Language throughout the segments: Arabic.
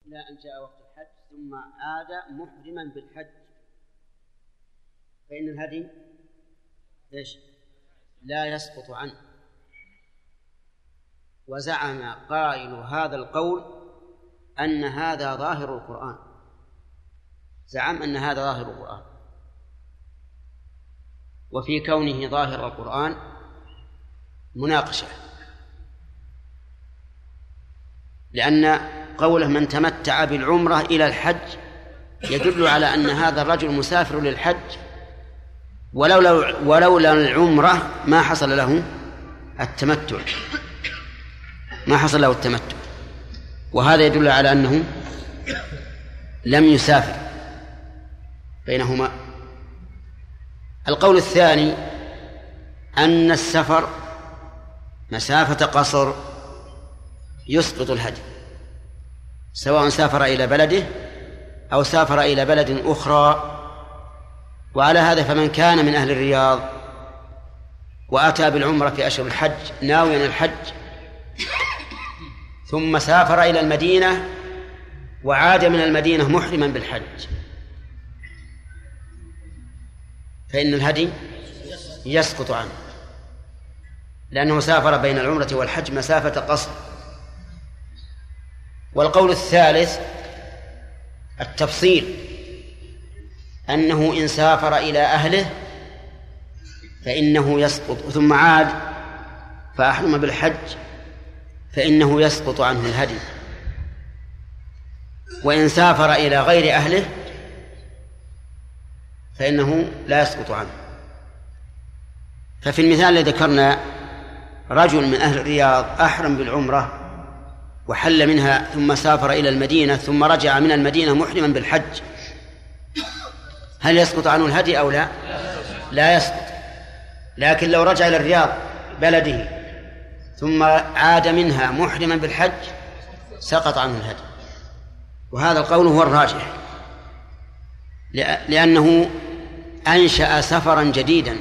إلى أن جاء وقت الحج ثم عاد محرما بالحج فإن الهدي إيش؟ لا يسقط عنه. وزعم قائل هذا القول أن هذا ظاهر القرآن، زعم أن هذا ظاهر القرآن، وفي كونه ظاهر القرآن مناقشة، لأن قوله من تمتع بالعمرة إلى الحج يدل على أن هذا الرجل مسافر للحج، ولولا العمرة ما حصل له التمتع، ما حصل له التمتع، وهذا يدل على أنه لم يسافر بينهما. القول الثاني أن السفر مسافة قصر يسقط الهدي، سواء سافر إلى بلده أو سافر إلى بلد أخرى. وعلى هذا فمن كان من أهل الرياض وأتى بالعمرة في أشهر الحج ناويا الحج ثم سافر إلى المدينة وعاد من المدينة محرما بالحج فإن الهدي يسقط عنه، لأنه سافر بين العمرة والحج مسافة قصر. والقول الثالث التفصيل، أنه إن سافر إلى أهله فإنه يسقط ثم عاد فأحرم بالحج فإنه يسقط عنه الهدي، وإن سافر إلى غير أهله فإنه لا يسقط عنه. ففي المثال الذي ذكرنا رجل من أهل الرياض أحرم بالعمرة وحل منها ثم سافر إلى المدينة ثم رجع من المدينة محرما بالحج، هل يسقط عنه الهدي أو لا؟ لا يسقط. لكن لو رجع إلى الرياض بلده ثم عاد منها محرما بالحج سقط عنه الهدي، وهذا القول هو الراجح، لأنه أنشأ سفرا جديدا،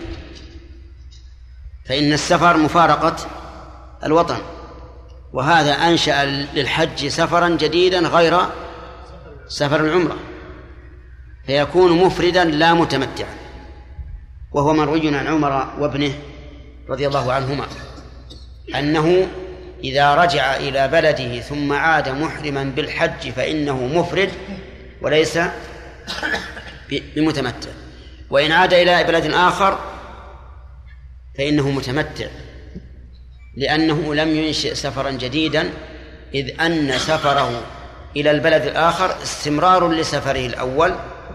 فإن السفر مفارقة الوطن، وهذا أنشأ للحج سفرا جديدا غير سفر العمرة، فيكون مفردا لا متمتعا، وهو مروي عن عمر وابنه رضي الله عنهما أنه إذا رجع إلى بلده ثم عاد محرما بالحج فإنه مفرد وليس بمتمتع، وإن عاد إلى بلد آخر فإنه متمتع، لأنه لم ينشئ سفرا جديدا، إذ أن سفره إلى البلد الآخر استمرار لسفره الأول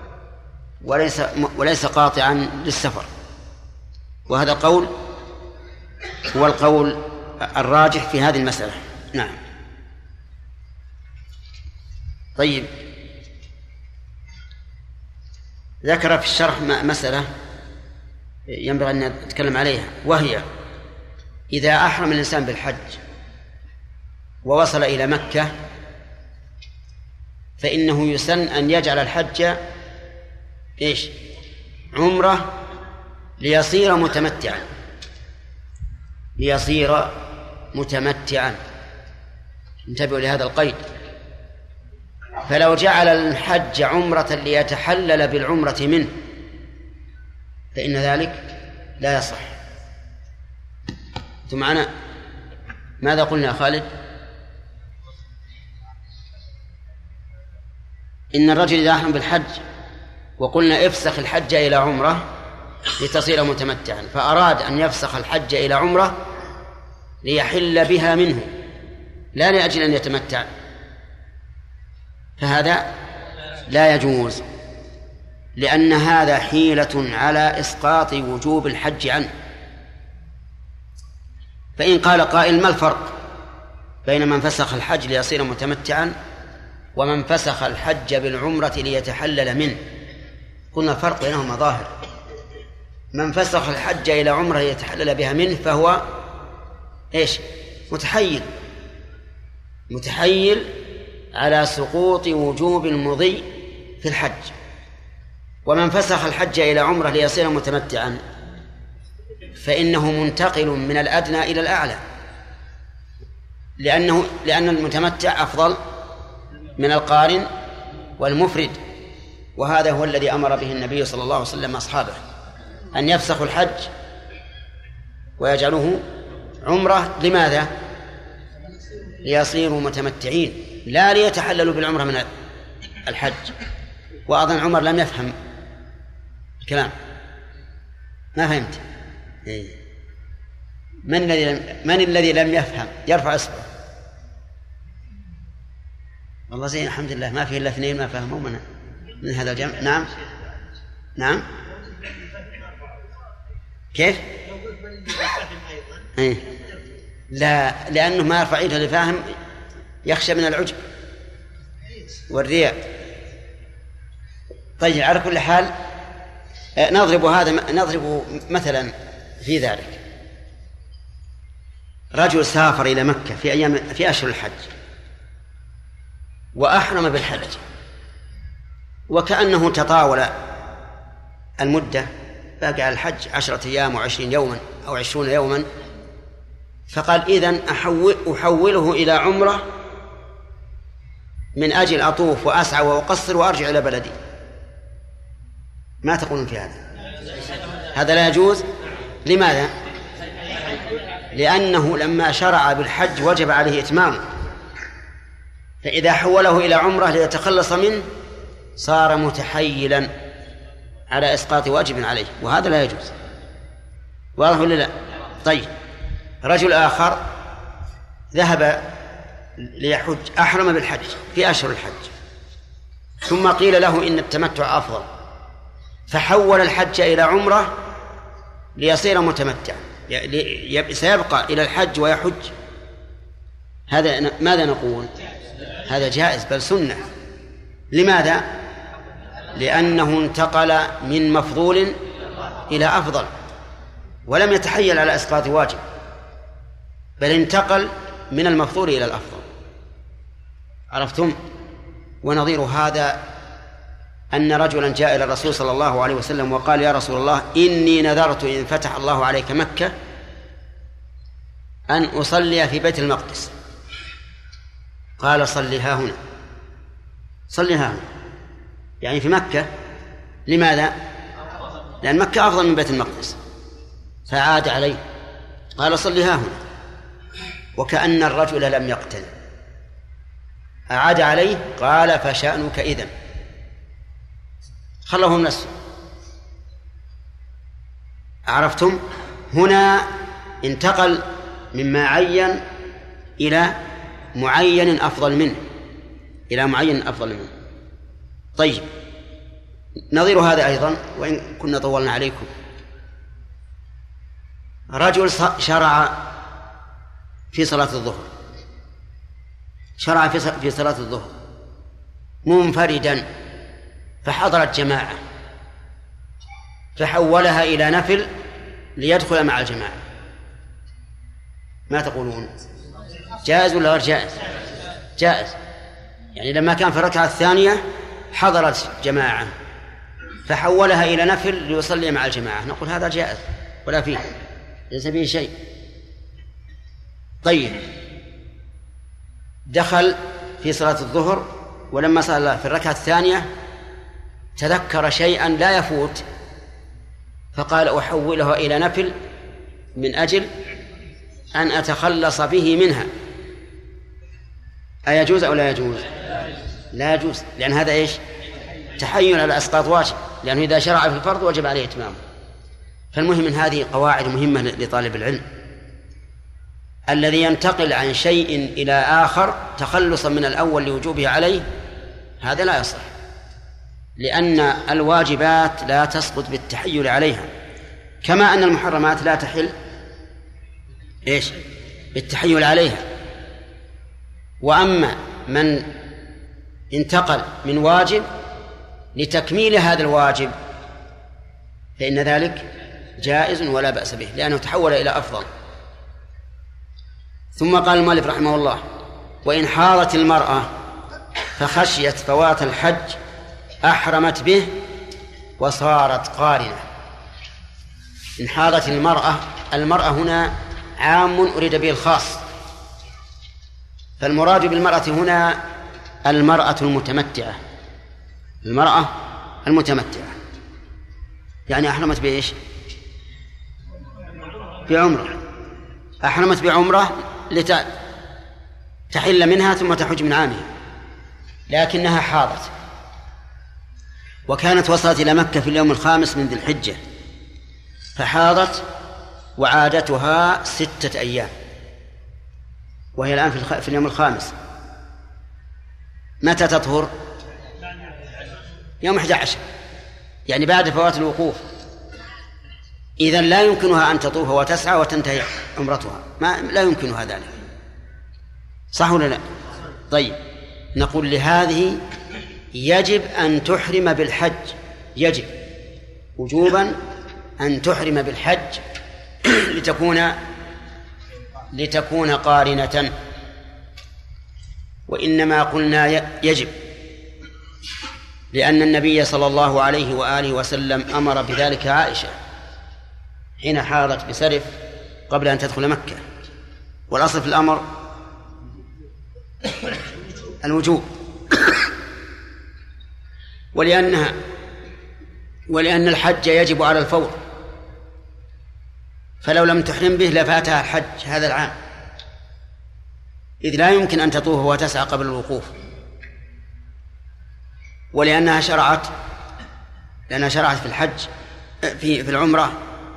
وليس قاطعا للسفر. وهذا القول هو القول الراجح في هذه المسألة. نعم. طيب، ذكر في الشرح مسألة ينبغي أن نتكلم عليها، وهي إذا أحرم الإنسان بالحج ووصل إلى مكة فإنه يسن أن يجعل الحج إيش؟ عمرة ليصير متمتعا، ليصير متمتعا. انتبهوا لهذا القيد. فلو جعل الحج عمرة ليتحلل بالعمرة منه فإن ذلك لا يصح. أنتم معنا؟ ماذا قلنا يا خالد؟ إن الرجل إذا أحرم بالحج وقلنا افسخ الحج إلى عمرة لتصير متمتعا، فأراد أن يفسخ الحج إلى عمرة ليحل بها منه لا لأجل أن يتمتع، فهذا لا يجوز، لأن هذا حيلة على إسقاط وجوب الحج عنه. فإن قال قائل ما الفرق بين من فسخ الحج ليصير متمتعا ومن فسخ الحج بالعمرة ليتحلل منه؟ قلنا الفرق بينهما ظاهر. من فسخ الحج إلى عمرة ليتحلل بها منه فهو إيش؟ متحيل على سقوط وجوب المضي في الحج. ومن فسخ الحج إلى عمرة ليصير متمتعا فإنه منتقل من الأدنى إلى الأعلى، لأن المتمتع أفضل من القارن والمفرد. وهذا هو الذي أمر به النبي صلى الله عليه وسلم أصحابه، أن يفسخوا الحج ويجعلوه عمرة. لماذا؟ ليصيروا متمتعين، لا ليتحللوا بالعمرة من الحج. وأظن عمر لم يفهم الكلام، ما فهمت. من الذي لم يفهم؟ يرفع اصبعه. والله زين الحمد لله، ما فيه إلا اثنين ما فهموا من هذا الجمع. نعم نعم. كيف؟ لا، لأنه ما يرفع يده لفاهم، يخشى من العجب والرياء. طيب، على كل حال نضرب مثلا في ذلك. رجل سافر إلى مكة في أشهر الحج وأحرم بالحج، وكأنه تطاول المدة، باقي على الحج 10 أيام و20 يوما أو 20 يوما، فقال إذن أحوله إلى عمرة من أجل أطوف وأسعى وأقصر وأرجع إلى بلدي. ما تقولون في هذا؟ هذا لا يجوز. لماذا؟ لأنه لما شرع بالحج وجب عليه إتمامه، فإذا حوله إلى عمرة ليتخلص منه صار متحيلا على إسقاط واجب عليه، وهذا لا يجوز. واضح ولا لا؟ طيب، رجل آخر ذهب ليحج، أحرم بالحج في أشهر الحج، ثم قيل له إن التمتع أفضل، فحول الحج إلى عمرة ليصير متمتع، سيبقى إلى الحج ويحج. هذا ماذا نقول؟ هذا جائز بل سنة. لماذا؟ لأنه انتقل من مفضول إلى أفضل، ولم يتحيل على إسقاط واجب، بل انتقل من المفضول إلى الأفضل. عرفتم؟ ونظير هذا أن رجلا جاء إلى الرسول صلى الله عليه وسلم وقال: يا رسول الله، إني نذرت إن فتح الله عليك مكة أن أصلي في بيت المقدس. قال: صلها هنا، صلها هنا، يعني في مكة. لماذا؟ لأن مكة أفضل من بيت المقدس. فعاد عليه قال: صلها هنا، وكأن الرجل لم يقتنع. أعاد عليه قال: فشأنك إذن، خلهم نفسه. عرفتم؟ هنا انتقل مما عين إلى معين أفضل منه، إلى معين أفضل منه. طيب، نظير هذا أيضا، وإن كنا طولنا عليكم. رجل شرع في صلاة الظهر، شرع في صلاة الظهر منفردا، فحضرت جماعة فحولها إلى نفل ليدخل مع الجماعة. ما تقولون؟ جائز ولا غير جائز؟ جائز. يعني لما كان في الركعة الثانية حضرت جماعة فحولها إلى نفل ليصلي مع الجماعة، نقول هذا جائز ولا فيه، ليس فيه شيء. طيب، دخل في صلاة الظهر ولما صلى في الركعة الثانية تذكر شيئا لا يفوت، فقال: أحولها إلى نفل من أجل أن أتخلص به منها. أيجوز أو لا يجوز؟ لا يجوز، لأن هذا إيش؟ تحيل على إسقاط واجب، لأنه إذا شرع في الفرض وجب عليه إتمامه. فالمهم من هذه قواعد مهمة لطالب العلم، الذي ينتقل عن شيء إلى آخر تخلصا من الأول لوجوبه عليه، هذا لا يصح، لأن الواجبات لا تسقط بالتحيل عليها، كما أن المحرمات لا تحل إيش؟ بالتحيل عليها. وأما من انتقل من واجب لتكميل هذا الواجب فإن ذلك جائز ولا بأس به، لأنه تحول إلى أفضل. ثم قال المؤلف رحمه الله: وإن حاضت المرأة فخشيت فوات الحج أحرمت به وصارت قارنة. إن حاضت المرأة هنا عام أريد به الخاص، فالمراد بالمرأة هنا المرأة المتمتعة، المرأة المتمتعة يعني أحرمت بإيش؟ بعمرة، أحرمت بعمرة لتحل منها ثم تحج من عامها، لكنها حاضت وكانت وصلت إلى مكة في اليوم 5 من ذي الحجة، فحاضت وعادتها 6 أيام، وهي الآن في اليوم 5. متى تطهر؟ يوم 11، يعني بعد فوات الوقوف. إذن لا يمكنها أن تطوف وتسعى وتنتهي عمرتها، لا يمكنها ذلك، صح ولا لا؟ طيب، نقول لهذه يجب أن تحرم بالحج، يجب وجوبا أن تحرم بالحج لتكون قارنة. وإنما قلنا يجب لأن النبي صلى الله عليه وآله وسلم أمر بذلك عائشة حين حاضت بسرف قبل أن تدخل مكة، والأصل في الأمر الوجوب، ولأن الحج يجب على الفور، فلو لم تحرم به لفاتها الحج هذا العام، إذ لا يمكن أن تطوف وتسعى قبل الوقوف. ولأنها شرعت في الحج في العمرة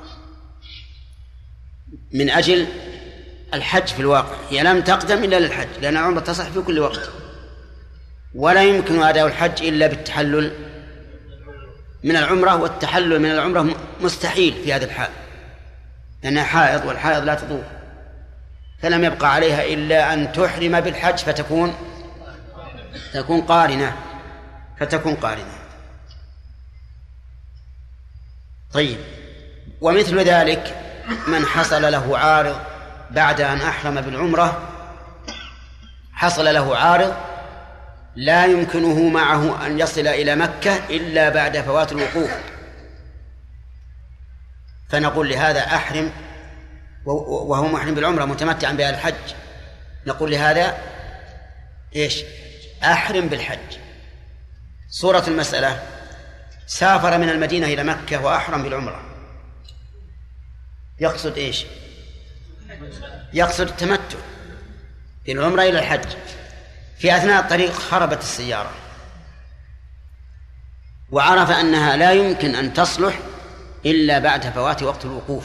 من أجل الحج في الواقع، هي لم تقدم إلا للحج، لأن العمرة تصح في كل وقت، ولا يمكن أداء الحج إلا بالتحلل من العمرة، والتحلل من العمرة مستحيل في هذا الحال، لأنها حائض والحائض لا تطوف، فلم يبقى عليها إلا أن تحرم بالحج فتكون قارنة. طيب، ومثل ذلك من حصل له عارض بعد أن أحرم بالعمرة، حصل له عارض لا يمكنه معه أن يصل إلى مكة إلا بعد فوات الوقوف، فنقول لهذا أحرم وهو محرم بالعمرة متمتعا بها الحج، نقول لهذا إيش؟ أحرم بالحج. صورة المسألة: سافر من المدينة إلى مكة وأحرم بالعمرة، يقصد إيش؟ يقصد التمتع بالعمرة إلى الحج، في أثناء الطريق خربت السيارة وعرف أنها لا يمكن أن تصلح إلا بعد فوات وقت الوقوف،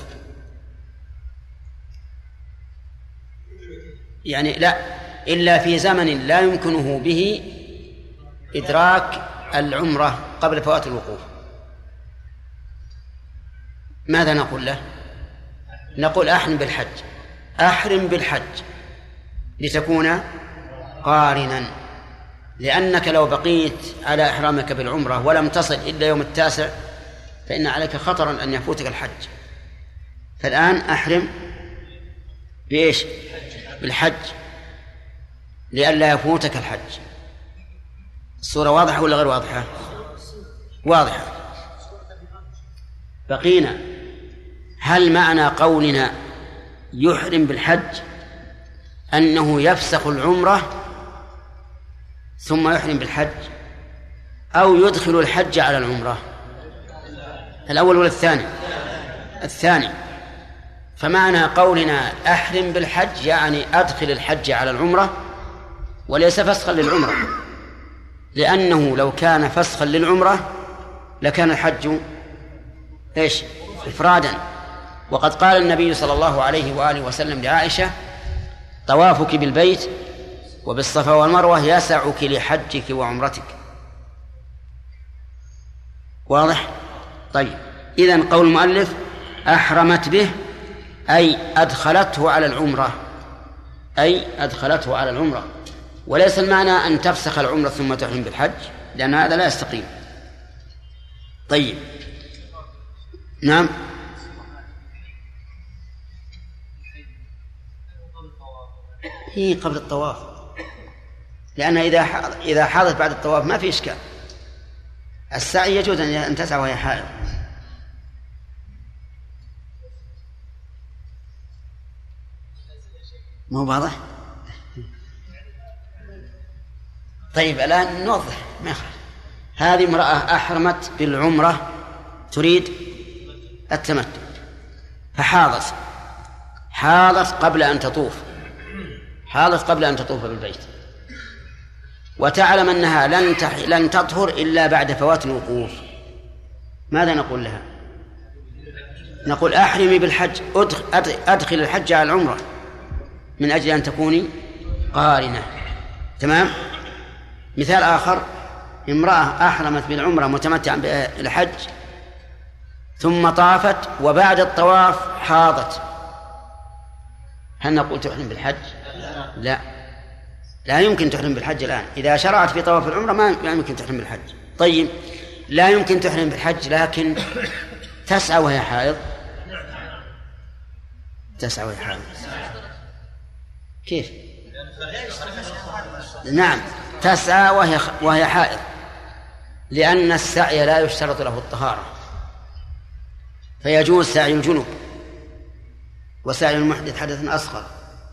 يعني لا إلا في زمن لا يمكنه به إدراك العمرة قبل فوات الوقوف. ماذا نقول له؟ نقول أحرم بالحج لتكون قارنا، لأنك لو بقيت على إحرامك بالعمرة ولم تصل إلا يوم 9 فإن عليك خطرا أن يفوتك الحج، فالآن أحرم بإيش؟ بالحج لئلا يفوتك الحج. الصورة واضحة ولا غير واضحة؟ واضحة. بقينا، هل معنى قولنا يحرم بالحج أنه يفسخ العمرة ثم يحرم بالحج، أو يدخل الحج على العمرة؟ الأول ولا الثاني؟ الثاني. فمعنى قولنا أحرم بالحج يعني أدخل الحج على العمرة وليس فسخا للعمرة، لأنه لو كان فسخا للعمرة لكان الحج إيش؟ إفرادا. وقد قال النبي صلى الله عليه وآله وسلم لعائشة: طوافك بالبيت وبالصفا والمروة يسعك لحجك وعمرتك. واضح؟ طيب، إذن قول المؤلف أحرمت به أي أدخلته على العمرة، وليس المعنى أن تفسخ العمرة ثم تحرم بالحج، لأن هذا لا يستقيم. طيب، نعم. هي قبل الطواف، لأن إذا حاضت بعد الطواف ما في إشكال. السعي يجوز أن تسعى وهي حائض. مو واضح؟ طيب الآن نوضح ما يخالف. هذه امرأة أحرمت بالعمرة تريد التمتع حاضت قبل أن تطوف بالبيت، وتعلم أنها لن تطهر إلا بعد فوات الوقوف. ماذا نقول لها؟ نقول أحرمي بالحج، أدخل الحج على العمرة من أجل أن تكوني قارنة. تمام. مثال آخر، امرأة أحرمت بالعمرة متمتعا بالحج ثم طافت وبعد الطواف حاضت، هل نقول تحرم بالحج؟ لا يمكن تحرم بالحج الآن. إذا شرعت في طواف العمرة ما يمكن تحرم بالحج. طيب لا يمكن تحرم بالحج لكن تسعى وهي حائض. كيف؟ نعم تسعى وهي حائض، لأن السعي لا يشترط له الطهارة، فيجوز سعي الجنوب وسعي المحدث حدث أصغر،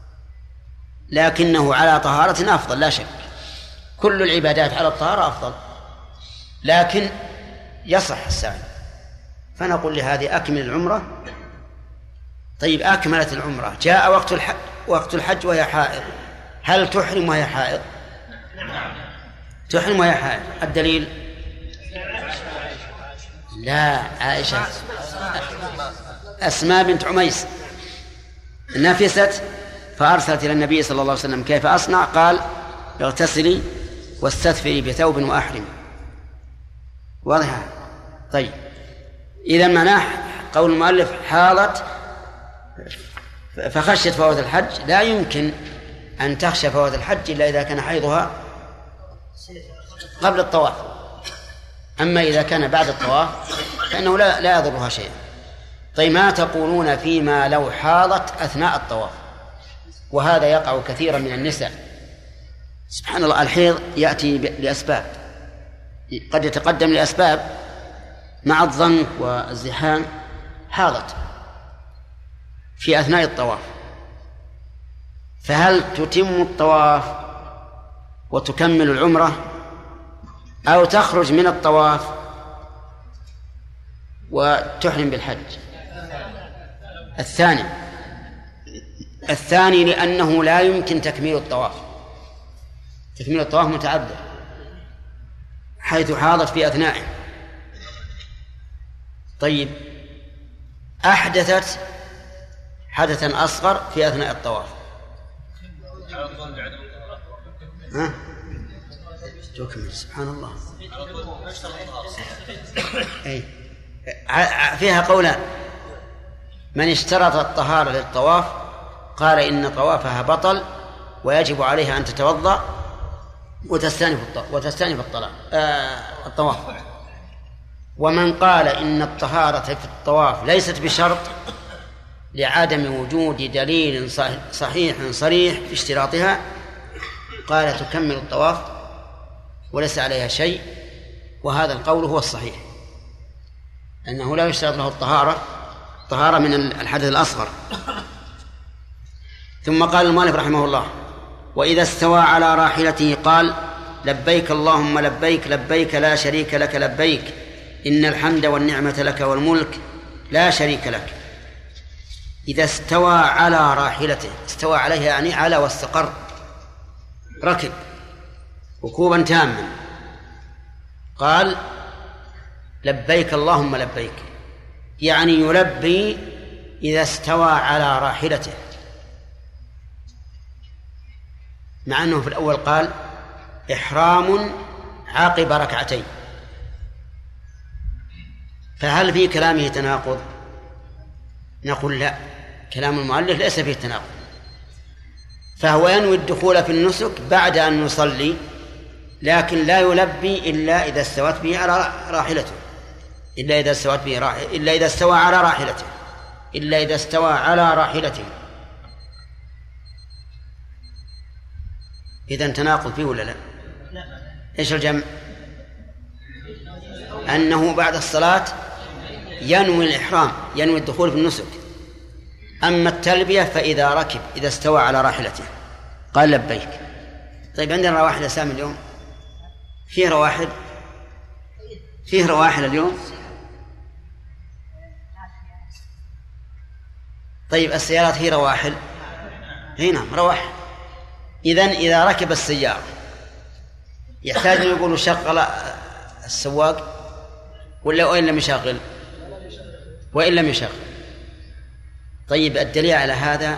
لكنه على طهارة أفضل لا شك. كل العبادات على الطهارة أفضل، لكن يصح السعي. فنقول لهذه أكمل العمرة. طيب أكملت العمرة، جاء وقت الحج وهي حائض، هل تحرم وهي حائض؟ تحرم وهي حائض. الدليل؟ لا، عائشة أسماء بنت عميس نفست فأرسلت إلى النبي صلى الله عليه وسلم كيف أصنع؟ قال اغتسلي واستثفري بثوب وأحرمي. واضحة؟ طيب إذا معناه قول المؤلف حاضت فخشيت فوات الحج، لا يمكن أن تخشى فوات الحج إلا إذا كان حيضها قبل الطواف، أما إذا كان بعد الطواف فإنه لا يضرها شيء. طيب ما تقولون فيما لو حاضت أثناء الطواف؟ وهذا يقع كثيرا من النساء. سبحان الله، الحيض يأتي لأسباب، قد يتقدم لأسباب مع الضنك والزحام، حاضت في أثناء الطواف، فهل تتم الطواف وتكمل العمرة أو تخرج من الطواف وتحرم بالحج؟ الثاني لأنه لا يمكن تكميل الطواف متعذر حيث حاضت في أثنائه. طيب أحدثت حدثا أصغر في أثناء الطواف، تكمل. سبحان الله. فيها قولان: من اشترط الطهارة للطواف قال إن طوافها بطل ويجب عليها أن تتوضأ وتستأنف الطواف. ومن قال إن الطهارة في الطواف ليست بشرط لعدم وجود دليل صحيح صريح في اشتراطها قال تكمل الطواف وليس عليها شيء. وهذا القول هو الصحيح، أنه لا يشترط له الطهارة من الحدث الأصغر. ثم قال المؤلف رحمه الله: وإذا استوى على راحلته قال لبيك اللهم لبيك لبيك لا شريك لك لبيك إن الحمد والنعمة لك والملك لا شريك لك. إذا استوى على راحلته، استوى عليها يعني على واستقر، ركب ركوبا تاما، قال لبيك اللهم لبيك، يعني يلبي إذا استوى على راحلته، مع أنه في الأول قال إحرام عقب ركعتين. فهل في كلامه تناقض؟ نقول لا، كلام المؤلف ليس فيه تناقض، فهو ينوي الدخول في النسك بعد أن يصلي، لكن لا يلبي إلا إذا استوت به على راحلته، إلا إذا استوى على راحلته. إذن تناقض فيه ولا لا؟ إيش الجمع؟ أنه بعد الصلاة ينوي الإحرام، ينوي الدخول في النسك. أما التلبية فإذا ركب، إذا استوى على راحلته قال لبيك. طيب عندنا واحدة سامي اليوم فيه رواحل؟ فيه رواحل اليوم؟ طيب السيارات هي رواحل؟ هنا رواحل. إذا ركب السيارة يحتاج أن يقول شغل السواق وإن لم يشغل؟ وإن لم يشغل. طيب الدليل على هذا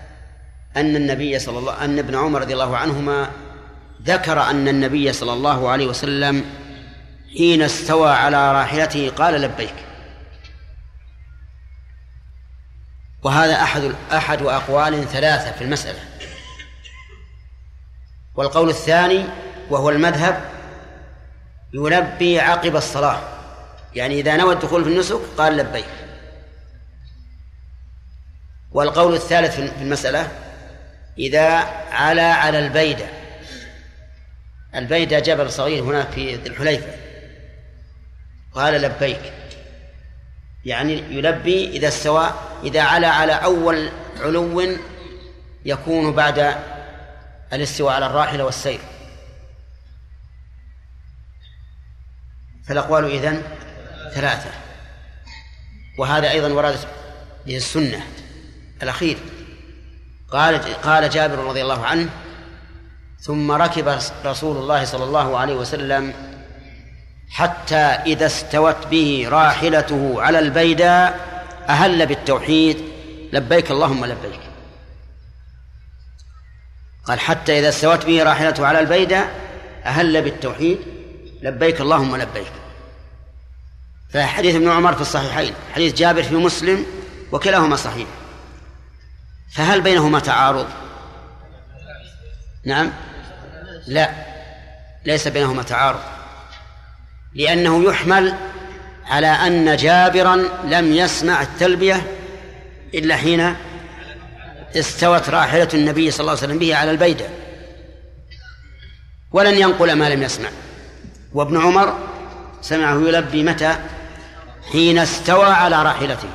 أن ابن عمر رضي الله عنهما ذكر أن النبي صلى الله عليه وسلم حين استوى على راحلته قال لبيك. وهذا أحد أقوال ثلاثة في المسألة. والقول الثاني وهو المذهب يلبي عقب الصلاة، يعني إذا نوى الدخول في النسك قال لبيك. والقول الثالث في المسألة إذا على البيدة جبل صغير هناك في ذي الحليفة قال لبيك، يعني يلبي إذا استوى، إذا على أول علو يكون بعد الاستواء على الراحلة والسير. فالأقوال إذن ثلاثة. وهذا أيضا ورد به السنة الأخير. قال جابر رضي الله عنه ثم ركب رسول الله صلى الله عليه وسلم حتى إذا استوت به راحلته على البيداء أهل بالتوحيد لبيك اللهم لبيك. قال حتى إذا استوت به راحلته على البيداء أهل بالتوحيد لبيك اللهم لبيك. فحديث ابن عمر في الصحيحين، حديث جابر في مسلم، وكلاهما صحيح. فهل بينهما تعارض؟ نعم، لا، ليس بينهما تعارض، لأنه يحمل على أن جابرا لم يسمع التلبية إلا حين استوت راحلة النبي صلى الله عليه وسلم به على البيدة، ولن ينقل ما لم يسمع. وابن عمر سمعه يلبي متى؟ حين استوى على راحلته،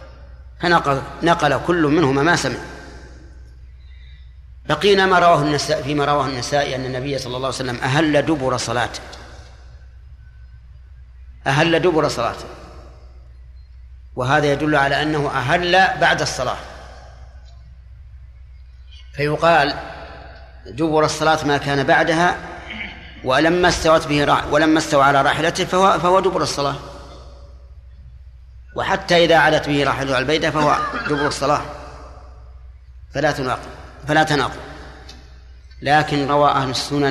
فنقل كل منهما ما سمع. بقينا ما رواه النسائي، فيما رواه النسائي أن النبي صلى الله عليه وسلم أهل دبر صلاته، أهل دبر صلاته، وهذا يدل على أنه أهل بعد الصلاة. فيقال دبر الصلاة ما كان بعدها، ولما استوى على راحلته فهو دبر الصلاة، وحتى إذا عادت به راحلته على البيدة فهو دبر الصلاة، فلا تناقض. لكن روى أهل السنن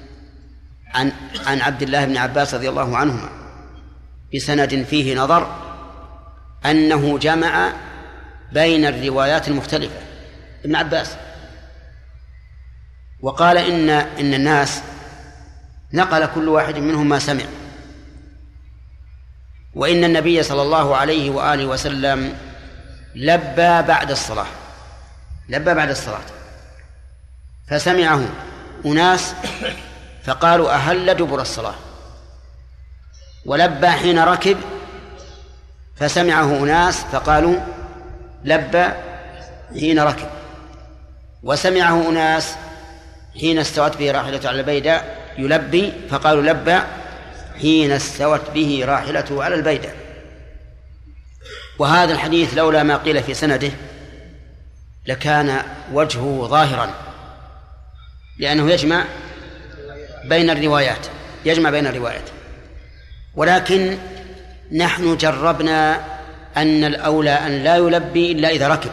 عن عبد الله بن عباس رضي الله عنهما بسند فيه نظر أنه جمع بين الروايات المختلفة. ابن عباس وقال إن الناس نقل كل واحد منهم ما سمع، وإن النبي صلى الله عليه وآله وسلم لبى بعد الصلاة فسمعه أناس فقالوا أهل دبر الصلاة، ولبى حين ركب فسمعه أناس فقالوا لبى حين ركب، وسمعه أناس حين استوت به راحلته على البيداء يلبي فقالوا لبى حين استوت به راحلته على البيداء. وهذا الحديث لولا ما قيل في سنده لكان وجهه ظاهرا، لأنه يجمع بين الروايات. ولكن نحن جربنا أن الأولى أن لا يلبي إلا إذا ركب،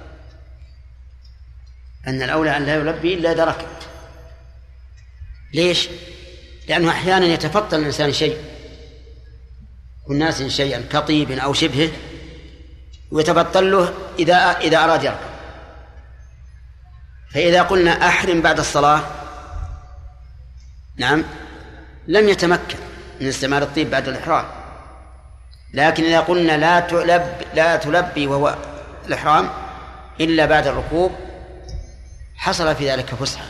ليش؟ لأنه أحيانا يتفطن الإنسان شيء، والناس شيئا كطيب أو شبهه ويتبطل له إذا أراد يركب. فإذا قلنا أحرم بعد الصلاة نعم لم يتمكن من استعمال الطيب بعد الإحرام. لكن إذا قلنا لا تلبي وهو الإحرام إلا بعد الركوب حصل في ذلك فسحة.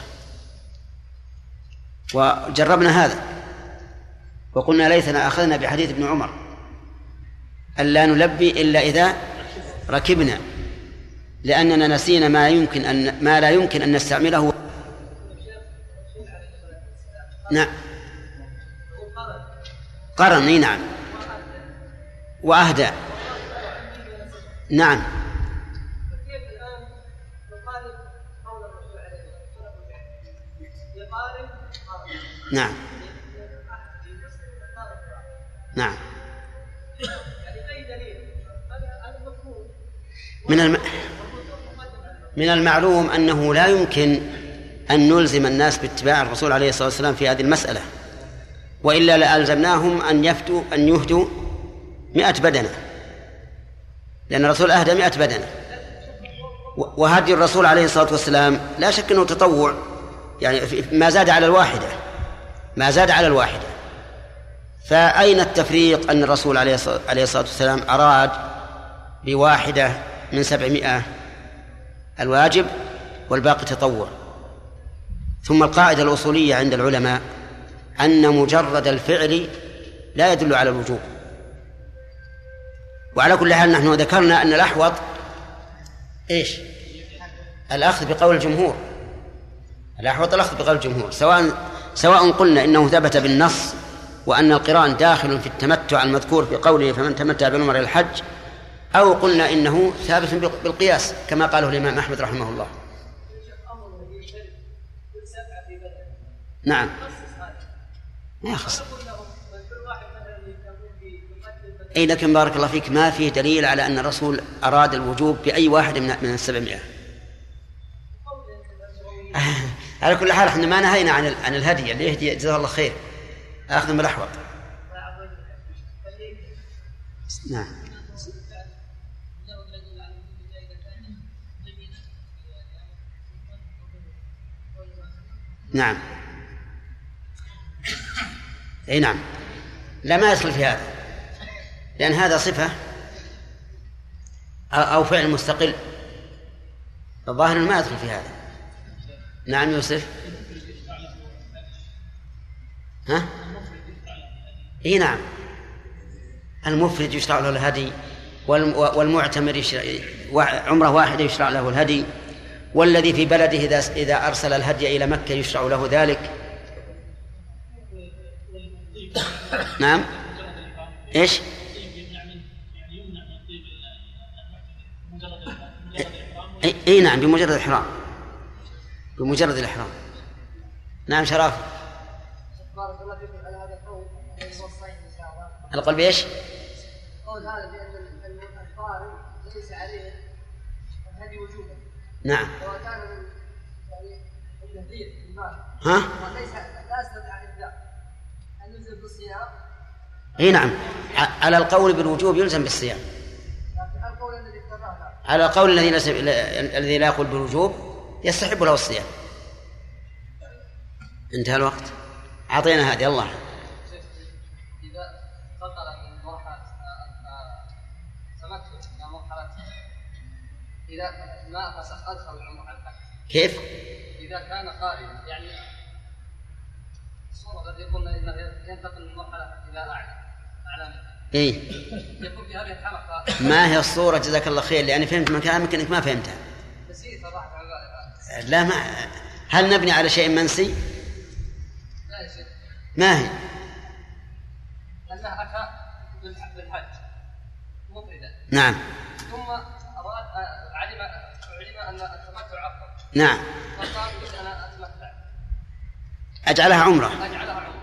وجربنا هذا وقلنا ليتنا أخذنا بحديث ابن عمر ألا نلبي إلا إذا ركبنا، لأننا نسينا ما لا يمكن أن نستعمله. نعم قرن، نعم، وأهدى، نعم. نعم، نعم. من المعلوم أنه لا يمكن أن نلزم الناس باتباع الرسول عليه الصلاة والسلام في هذه المسألة، وإلا لألزمناهم أن يهدوا 100 بدنة، لأن الرسول أهدى 100 بدنة. وهدي الرسول عليه الصلاة والسلام لا شك أنه تطوع، يعني ما زاد على الواحدة، ما زاد على الواحدة. فأين التفريق أن الرسول عليه الصلاة والسلام أراد بواحدة من 700 الواجب والباقي تطوع؟ ثم القاعدة الأصولية عند العلماء أن مجرد الفعل لا يدل على الوجوب. وعلى كل حال نحن ذكرنا أن الأحوط إيش؟ الأخذ بقول الجمهور، الأحوط الأخذ بقول الجمهور، سواء قلنا إنه ثبت بالنص وأن القران داخل في التمتع المذكور في قوله فمن تمتع بالعمرة إلى الحج، أو قلنا إنه ثابت بالقياس كما قاله الإمام أحمد رحمه الله. نعم، ما يخص. أي لكن بارك الله فيك ما فيه دليل على أن الرسول أراد الوجوب بأي واحد من 700. على كل حال احنا ما نهينا عن الهدي اللي يهدي جزاه الله خير، أخذ بالأحوط. نعم، نعم، أي نعم، لا ما يدخل في هذا، لأن هذا صفة أو فعل مستقل، الظاهر ما يدخل في هذا. نعم يوسف. ها؟ اي نعم، المفرد يشرع له الهدي، والمعتمر عمره واحدة يشرع له الهدي، والذي في بلده إذا أرسل الهدي إلى مكة يشرع له ذلك. نعم، إيش؟ اي نعم، بمجرد الإحرام، بمجرد الإحرام. نعم شرف. بارك الله فيكم على هذا القول القول بإيش؟ قول هذا بأن القارئ ليس عليه الهدي وجوبا. نعم. وكان يعني التهديد بالمال. ها؟ وليس لا يستطيع الإبداع أن يلزم بالصيام. اي نعم، على القول بالوجوب يلزم بالصيام. على القول الذي لا يقول بالوجوب يستحب له الصيام. انتهى الوقت، أعطينا هذه. الله. إذا انتقل من مرحلة تمتع إلى مرحلة إذا ما فسخ أدخل العمر على الحج. كيف؟ إذا كان قارئا يعني الصورة التي قلنا إنه ينتقل من مرحلة إلى أعلى. إيه. يكون في هذه الحلقة. ما هي الصورة جزاك الله خير، لأني فهمت من كلامك إنك ما فهمتها. نسيت راحت على. لا ما. هل نبني على شيء منسي؟ ما هي؟ أنه أتى بالحج مفردا. نعم. ثم أراد علم أن التمتع أفضل. نعم. فقال أنا أتمتع. أجعلها عمرة. أجعلها عمرة.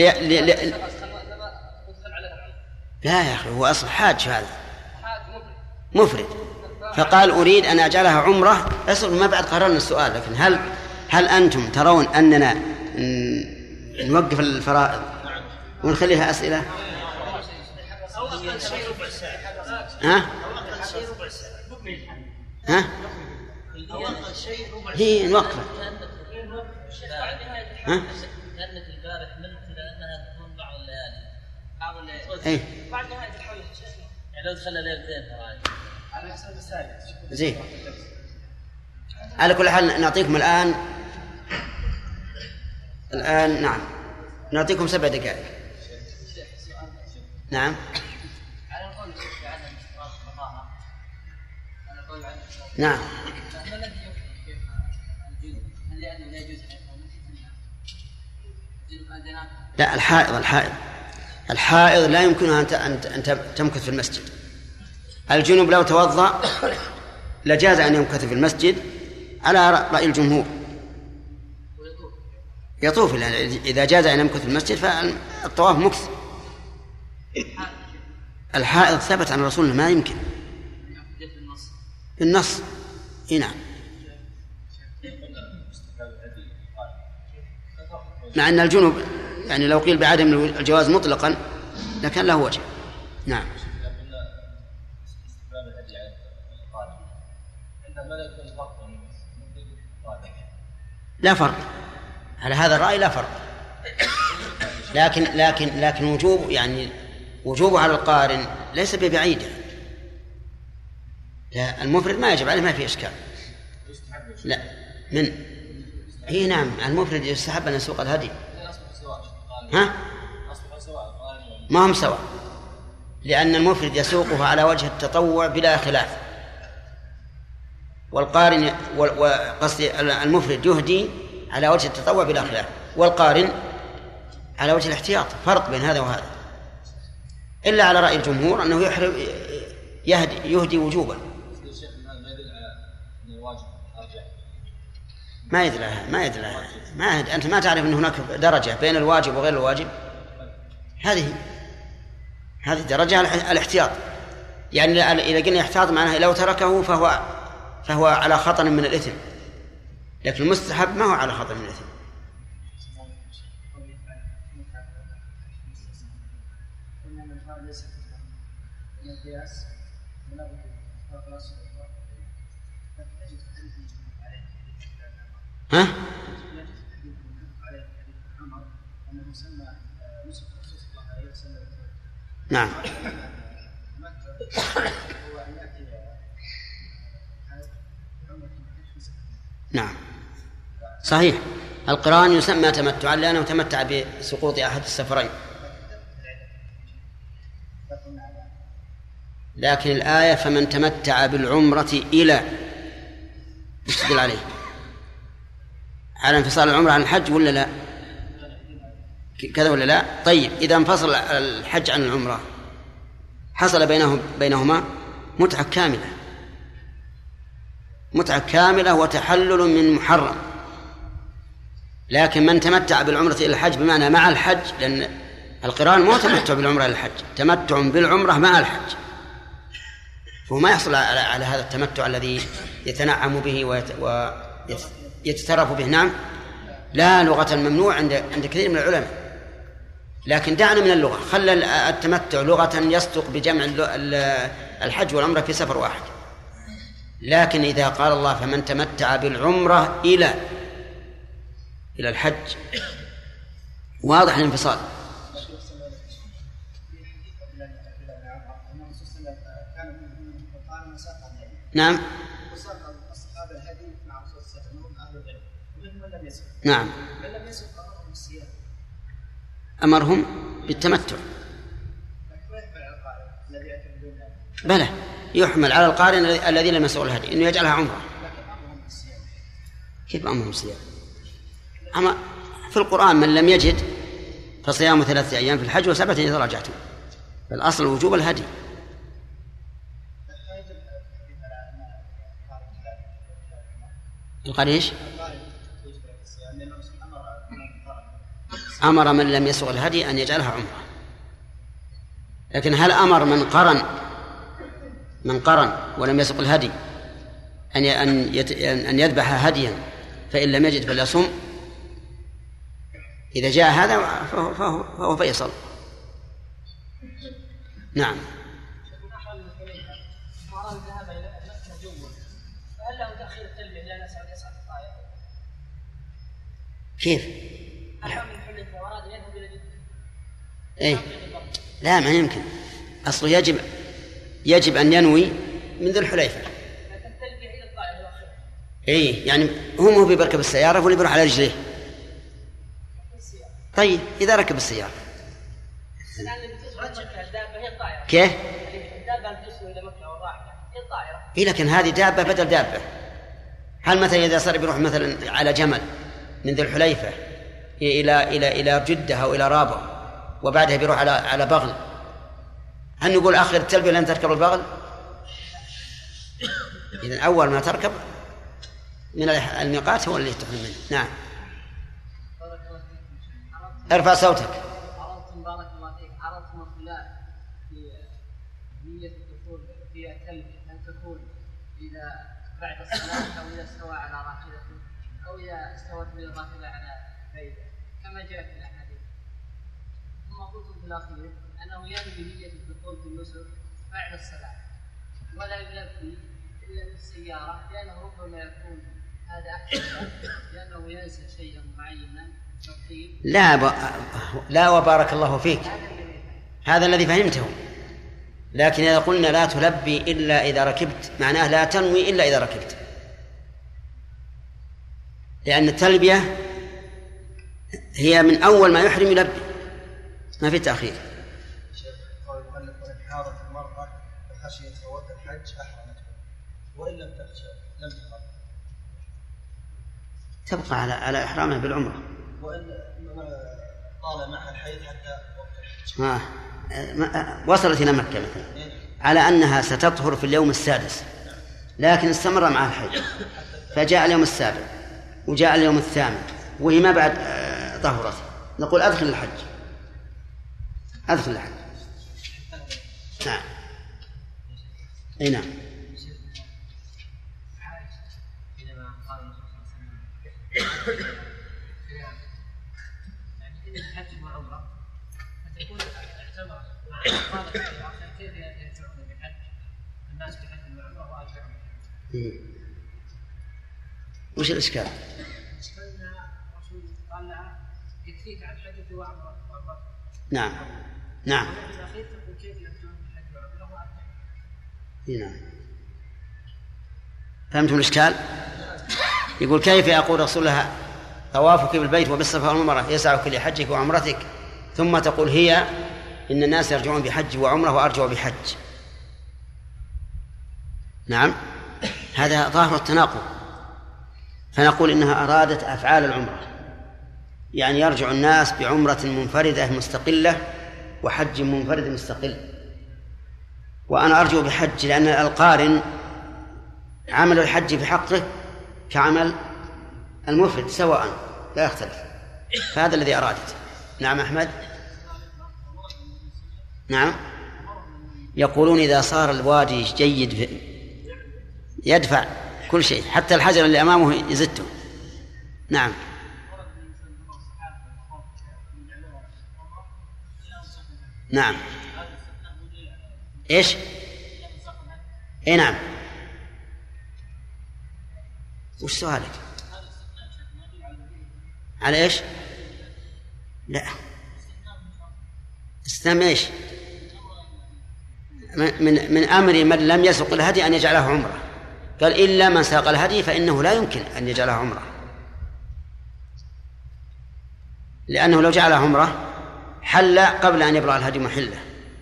لا يا أخي، هو أصل حاج هذا. حاج مفرد. فقال أريد أن أجعلها عمرة. أصل ما بعد قررنا السؤال، لكن هل أنتم ترون أننا نوقف الفرائض ونخليها أسئلة؟ ها؟ ها؟ هي نوقفها. ها؟ كانت البارح منت لأنها تكون بعض الليالي. بعض الليالي. إيه. بعد نهاية الحول يعني لو دخلنا ليلتين ترى. على حسب السادس. زين. على كل حال نعطيكم الآن نعم نعطيكم 7 دقائق. نعم. على القول في عدم اشتراط الطهارة. على القول عدم اشتراط. نعم. ما الذي يجوز؟ هل لأنه لا يجوز حيث لا، الحائض الحائض لا يمكنها أن تمكث في المسجد. الجنوب لو توضأ لجاز أن يمكث في المسجد على رأي الجمهور، يطوف. إذا جاز أن يمكث في المسجد فالطواف مكث. الحائض ثبت عن الرسول ما يمكن بالنص. نعم، مع أن الجنوب يعني لو قيل بعدم الجواز مطلقا لكان له وجه. نعم. لا فرق على هذا الرأي، لا فرق. لكن وجوب يعني وجوبه على القارن ليس ببعيد. لا، المفرد ما يجب عليه، ما في إشكال. لا هي نعم، المفرد يستحب أن يسوق الهدي. ها؟ ما هم سواء، لأن المفرد يسوقه على وجه التطوع بلا خلاف، والقارن وقصدي المفرد يهدي على وجه التطوع بلا خلاف، والقارن على وجه الاحتياط. فرق بين هذا وهذا، إلا على رأي الجمهور أنه يهدي وجوبا. ما يدري أنت ما تعرف أن هناك درجة بين الواجب وغير الواجب. هذه درجة الاحتياط. يعني إذا قلنا يحتاط معناه لو تركه فهو على خطر من الإثم، لكن المستحب ما هو على خطر من الإثم. ها؟ نعم. نعم صحيح، القران يسمى تمتعا لأنه تمتع بسقوط أحد السفرين. لكن الآية فمن تمتع بالعمرة إلى يستدل عليه على انفصال العمرة عن الحج ولا لا؟ كذا ولا لا؟ طيب، إذا انفصل الحج عن العمرة حصل بينهما متعة كاملة وتحلل من محرم. لكن من تمتع بالعمرة إلى الحج بمعنى مع الحج، لأن القران مو تمتع بالعمرة إلى الحج، تمتع بالعمرة مع الحج، فهو ما يحصل على هذا التمتع الذي يتنعم به ويتترف به. نعم، لا، لغة ممنوع عند كثير من العلماء. لكن دعنا من اللغة، خلى التمتع لغة يصدق بجمع الحج والعمرة في سفر واحد. لكن إذا قال الله فمن تمتع بالعمرة إلى الحج واضح الانفصال. نعم. نعم، أمرهم بالتمتع. بلى، يحمل على القارن الذي لم يسوق الهدي إنه يجعلها عمرة. كيف أمرهم الصيام؟ أما في القرآن من لم يجد فصيام 3 أيام في الحج و7 إذا رجعتم، فالأصل وجوب الهدي. القارن إيش؟ أمر من لم يسوق الهدي أن يجعلها عمرة. لكن هل أمر من قرن ولم يسوق الهدي أن يذبح هديا فإن لم يجد فليصم؟ إذا جاء هذا فهو فيصل. نعم. كيف؟ إيه؟ لا، ما يمكن. أصله يجب أن ينوي من ذي الحليفة. إيه، يعني هو بيركب السيارة واللي بيروح على رجليه. طيب، إذا ركب السيارة كيف؟ إيه، لكن هذه دابة بدل دابة. هل مثلا إذا صار بيروح مثلا على جمل من ذي الحليفة إلى جدة أو إلى رابغ وبعدها بيروح على بغل، هل نقول آخر التلبية لن تركب البغل؟ إذن أول ما تركب من الميقات هو اللي تحرم منه. نعم. ارفع صوتك. عرضتم بارك الله فيك، عرضتم الخلاف في نية الدخول في التلبية، هل تكون إذا بعد الصلاة أو إذا استوى على راحلته أو إذا استوت به الراحلة على بيته كما جاء في الأحاديث. ثم قلتم في الأخير أنه ينوي نية الدخول في النسك بعد الصلاة ولا يلبي إلا بالسيارة، لأنه ربما يكون هذا أحسن لأنه ينسى شيئا معينا. لا وبارك الله فيك، هذا الذي فهمته. لكن إذا قلنا لا تلبي إلا إذا ركبت، معناه لا تنوي إلا إذا ركبت، لأن التلبية هي من أول ما يحرم يلبي، ما في تأخير. قال المؤلف وإن حاضت المرأة فخشيت فوات الحج أحرمت، وإن لم تخشى لم تحرم، تبقى على إحرامها بالعمرة. وإن طال معها الحيض حتى وقت الحج وصلت إلى مكة مثلا على أنها ستطهر في اليوم السادس، لكن استمر مع الحيض فجاء اليوم السابع وجاء اليوم الثامن وهي ما بعد طهرت، نقول أدخل الحج. نعم. أي نعم. الحج وعمرة فتكون اعتمر مع قال كيف يرجعون بالحج الناس بحج وعمرة وأرجعون. وش الإشكال؟ إشكالنا رسول قال لها يكفيك عن حجة وعمرة. نعم نعم. في الأخير تقول كيف يرجعون بالحج وعمرة وأرجعون. نعم. فهمتم الإشكال؟ يقول كيف يقول رسول الله طوافك بالبيت وبالصفا والمروة يسعك لحجك وعمرتك، ثم تقول هي إن الناس يرجعون بحج وعمرة وأرجع بحج. نعم، هذا ظاهر التناقض. فنقول إنها أرادت أفعال العمرة، يعني يرجع الناس بعمرة منفردة مستقلة وحج منفرد مستقل، وأنا أرجع بحج، لأن القارن عمل الحج في حقه كعمل المفرد سواء لا يختلف، فهذا الذي أرادت. نعم أحمد. نعم، يقولون إذا صار الوادي جيد يدفع كل شيء حتى الحجر اللي أمامه يزته. نعم. نعم. إيش؟ إيه نعم. وش سؤالك؟ على إيش؟ لا، استثناء إيش؟ من أمر من لم يسق الهدي أن يجعله عمره، قال إلا من ساق الهدي فإنه لا يمكن أن يجعله عمره، لأنه لو جعله عمره حل قبل أن يبلغ الهدي محله.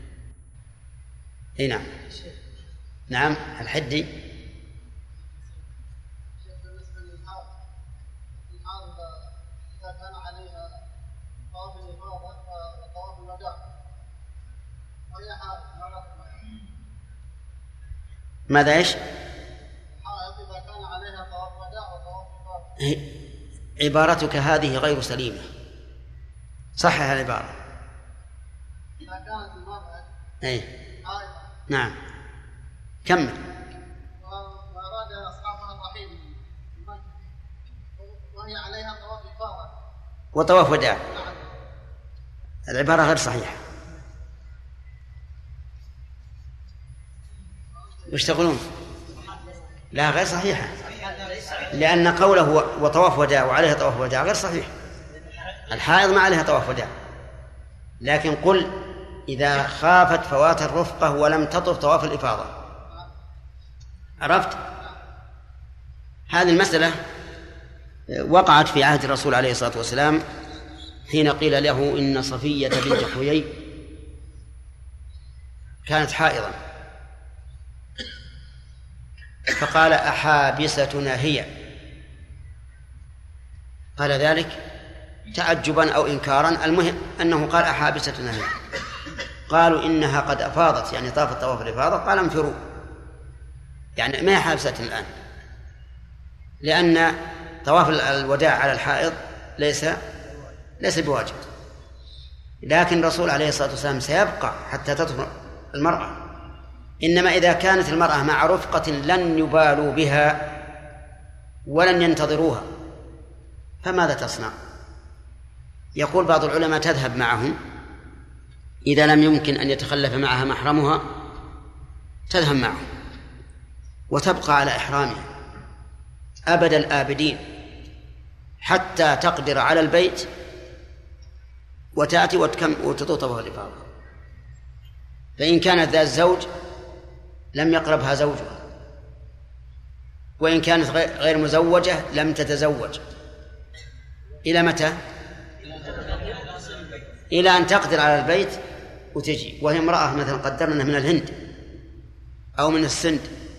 أي نعم. نعم الحدي. ماذا إيش؟ عبارتك هذه غير سليمة، صحح العبارة. إذا كانت المرأة أي نعم كمل. وأراد أصحابها الرحيل وهي عليها طواف إفاضة وطواف وداع، العبارة غير صحيحة. وش تقولون؟ لا غير صحيحة، لأن قوله وطواف وداع وعليها طواف وداع غير صحيح. الحائض ما عليها طواف وداع، لكن قل إذا خافت فوات الرفقة ولم تطف طواف الإفاضة. عرفت؟ هذه المسألة وقعت في عهد الرسول عليه الصلاة والسلام حين قيل له إن صفية بنت حيي كانت حائضا، فقال أحابستنا هي؟ قال ذلك تعجبا أو إنكارا، المهم أنه قال أحابستنا هي. قالوا إنها قد أفاضت، يعني طافت طواف الإفاضة، قال انفروا، يعني ما هي حابسة الآن، لأن طواف الوداع على الحائض ليس بواجب. لكن الرسول عليه الصلاة والسلام سيبقى حتى تطهر المرأة، إنما إذا كانت المرأة مع رفقة لن يبالوا بها ولن ينتظروها فماذا تصنع؟ يقول بعض العلماء تذهب معهم، إذا لم يمكن أن يتخلف معها محرمها تذهب معهم وتبقى على إحرامها أبد الآبدين حتى تقدر على البيت وتأتي وتطوف طواف الإفاضة. فإن كانت ذات زوج لم يقربها زوجها، وإن كانت غير مزوجة لم تتزوج. إلى متى؟ إلى أن تقدر على البيت وتجي، وهي امرأة مثلا قدرنا من الهند أو من السند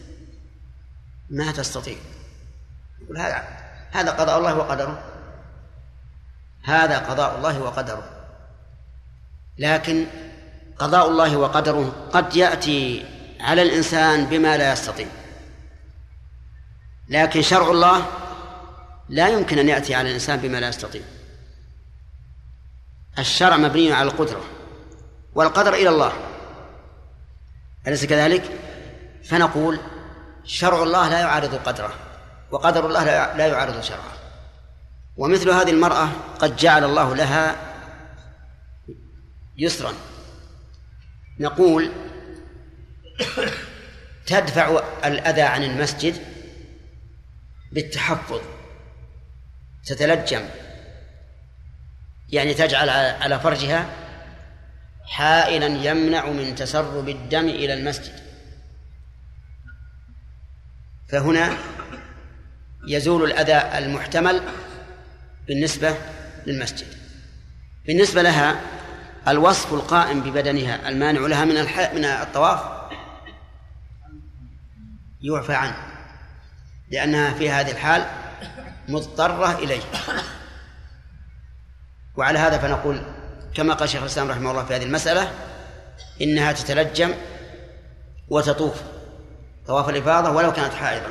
ما تستطيع. يقول هذا قضاء الله وقدره، هذا قضاء الله وقدره. لكن قضاء الله وقدره قد يأتي على الإنسان بما لا يستطيع، لكن شرع الله لا يمكن أن يأتي على الإنسان بما لا يستطيع. الشرع مبني على القدرة، والقدر إلى الله، أليس كذلك؟ فنقول شرع الله لا يعارض قدره، وقدر الله لا يعارض شرعه. ومثل هذه المرأة قد جعل الله لها يسرا، نقول تدفع الأذى عن المسجد بالتحفظ، تتلجم، يعني تجعل على فرجها حائلا يمنع من تسرب الدم إلى المسجد، فهنا يزول الأذى المحتمل بالنسبة للمسجد. بالنسبة لها الوصف القائم ببدنها المانع لها من الطواف يعفى عنه، لأنها في هذه الحال مضطرة إليه. وعلى هذا فنقول كما قال شيخ الإسلام رحمه الله في هذه المسألة إنها تتلجم وتطوف طواف الإفاضة ولو كانت حائضا.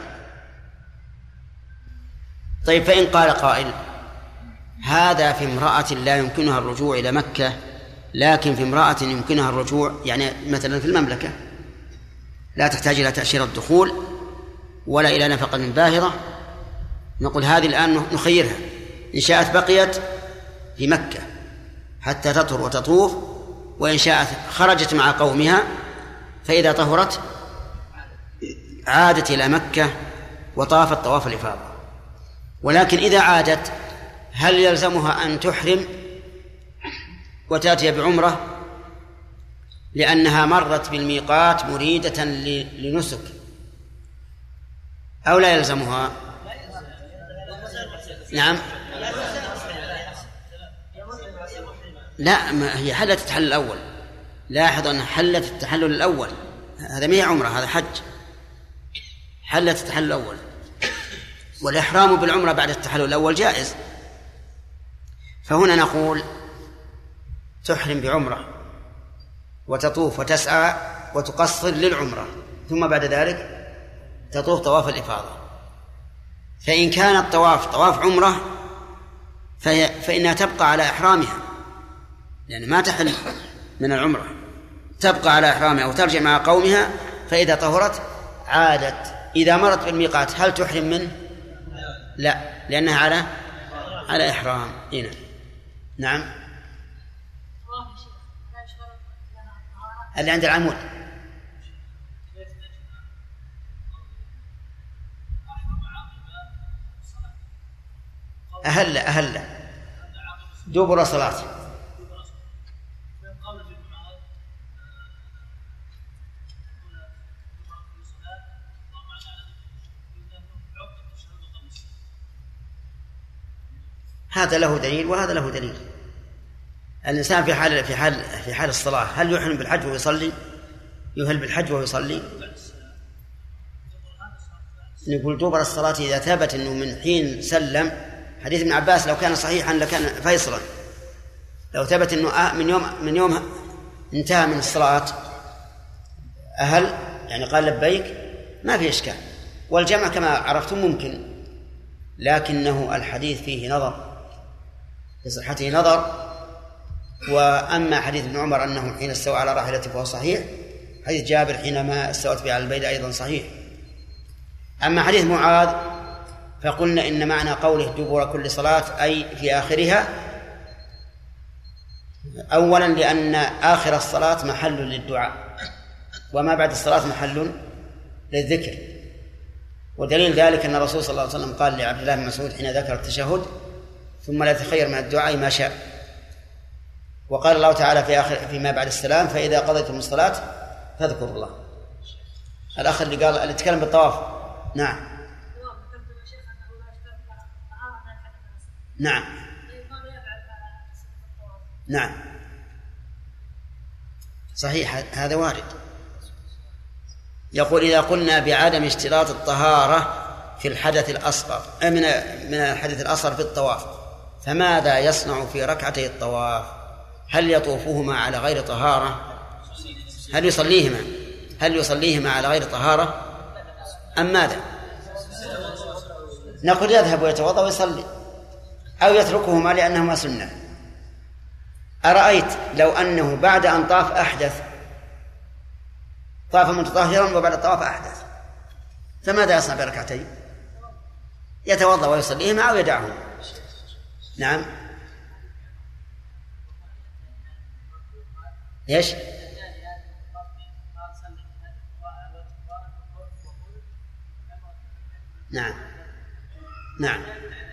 طيب، فإن قال قائل هذا في امرأة لا يمكنها الرجوع إلى مكة، لكن في امرأة يمكنها الرجوع، يعني مثلا في المملكة لا تحتاج إلى تأشيرة الدخول ولا إلى نفقة باهظة، نقول هذه الآن نخيرها، إن شاءت بقيت في مكة حتى تطهر وتطوف، وإن شاءت خرجت مع قومها، فإذا طهرت عادت إلى مكة وطافت طواف الإفاضة. ولكن إذا عادت هل يلزمها أن تحرم وتأتي بعمرة لأنها مرت بالميقات مريدة لنسك، أو لا يلزمها؟ نعم، لا، ما هي حلت التحلل الأول. لاحظ أن حلت التحلل الأول، هذا ما هي عمرة، هذا حج. حلت التحلل الأول، والإحرام بالعمرة بعد التحلل الأول جائز. فهنا نقول تحرم بعمرة وتطوف وتسعى وتقصر للعمرة، ثم بعد ذلك تطوف طواف الإفاضة. فإن كان الطواف طواف عمرة فإنها تبقى على إحرامها، يعني ما تحل من العمرة، تبقى على إحرامها وترجع مع قومها، فإذا طهرت عادت. إذا مرت بالميقات هل تحرم منه؟ لا، لأنها على إحرام. هنا نعم، اللي عند العمود أهل دبر صلاة. هذا له دليل وهذا له دليل. الإنسان في حال الصلاة هل يحرم بالحج ويصلي؟ يهل بالحج ويصلي؟ نقول دبر الصلاة إذا ثبت أنه من حين سلم حديث ابن عباس لو كان صحيحا لكان فيصلا، لو ثبت أنه من يوم انتهى من الصلاة أهل يعني قال لبيك ما في إشكال، والجمع كما عرفتم ممكن، لكنه الحديث فيه نظر، في صحته نظر. وأما حديث ابن عمر أنه حين استوى على راحلته فهو صحيح، حديث جابر حينما استوت به على البيداء أيضا صحيح. أما حديث معاذ فقلنا إن معنى قوله دبر كل صلاة أي في آخرها، أولا لأن آخر الصلاة محل للدعاء، وما بعد الصلاة محل للذكر، ودليل ذلك أن الرسول صلى الله عليه وسلم قال لعبد الله بن مسعود حين ذكر التشهد ثم لا يتخير من الدعاء ما شاء. وقال الله تعالى فيما بعد السلام فإذا قضيتم الصلاة فاذكروا الله. الأخ اللي قال اللي تكلم بالطواف، نعم نعم نعم صحيح، هذا وارد. يقول إذا قلنا بعدم اشتراط الطهارة في الحدث الأصغر من الحدث الأصغر في الطواف، فماذا يصنع في ركعتي الطواف؟ هل يطوفهما على غير طهارة؟ هل يصليهما على غير طهارة أم ماذا؟ نقول يذهب ويتوضأ ويصلي، أو يتركهما لأنهما سنة. أرأيت لو أنه بعد أن طاف أحدث، طاف متطهرا وبعد الطواف أحدث، فماذا يصنع بركعتين؟ يتوضأ ويصليهما أو يدعهما. نعم ايش؟ نعم نعم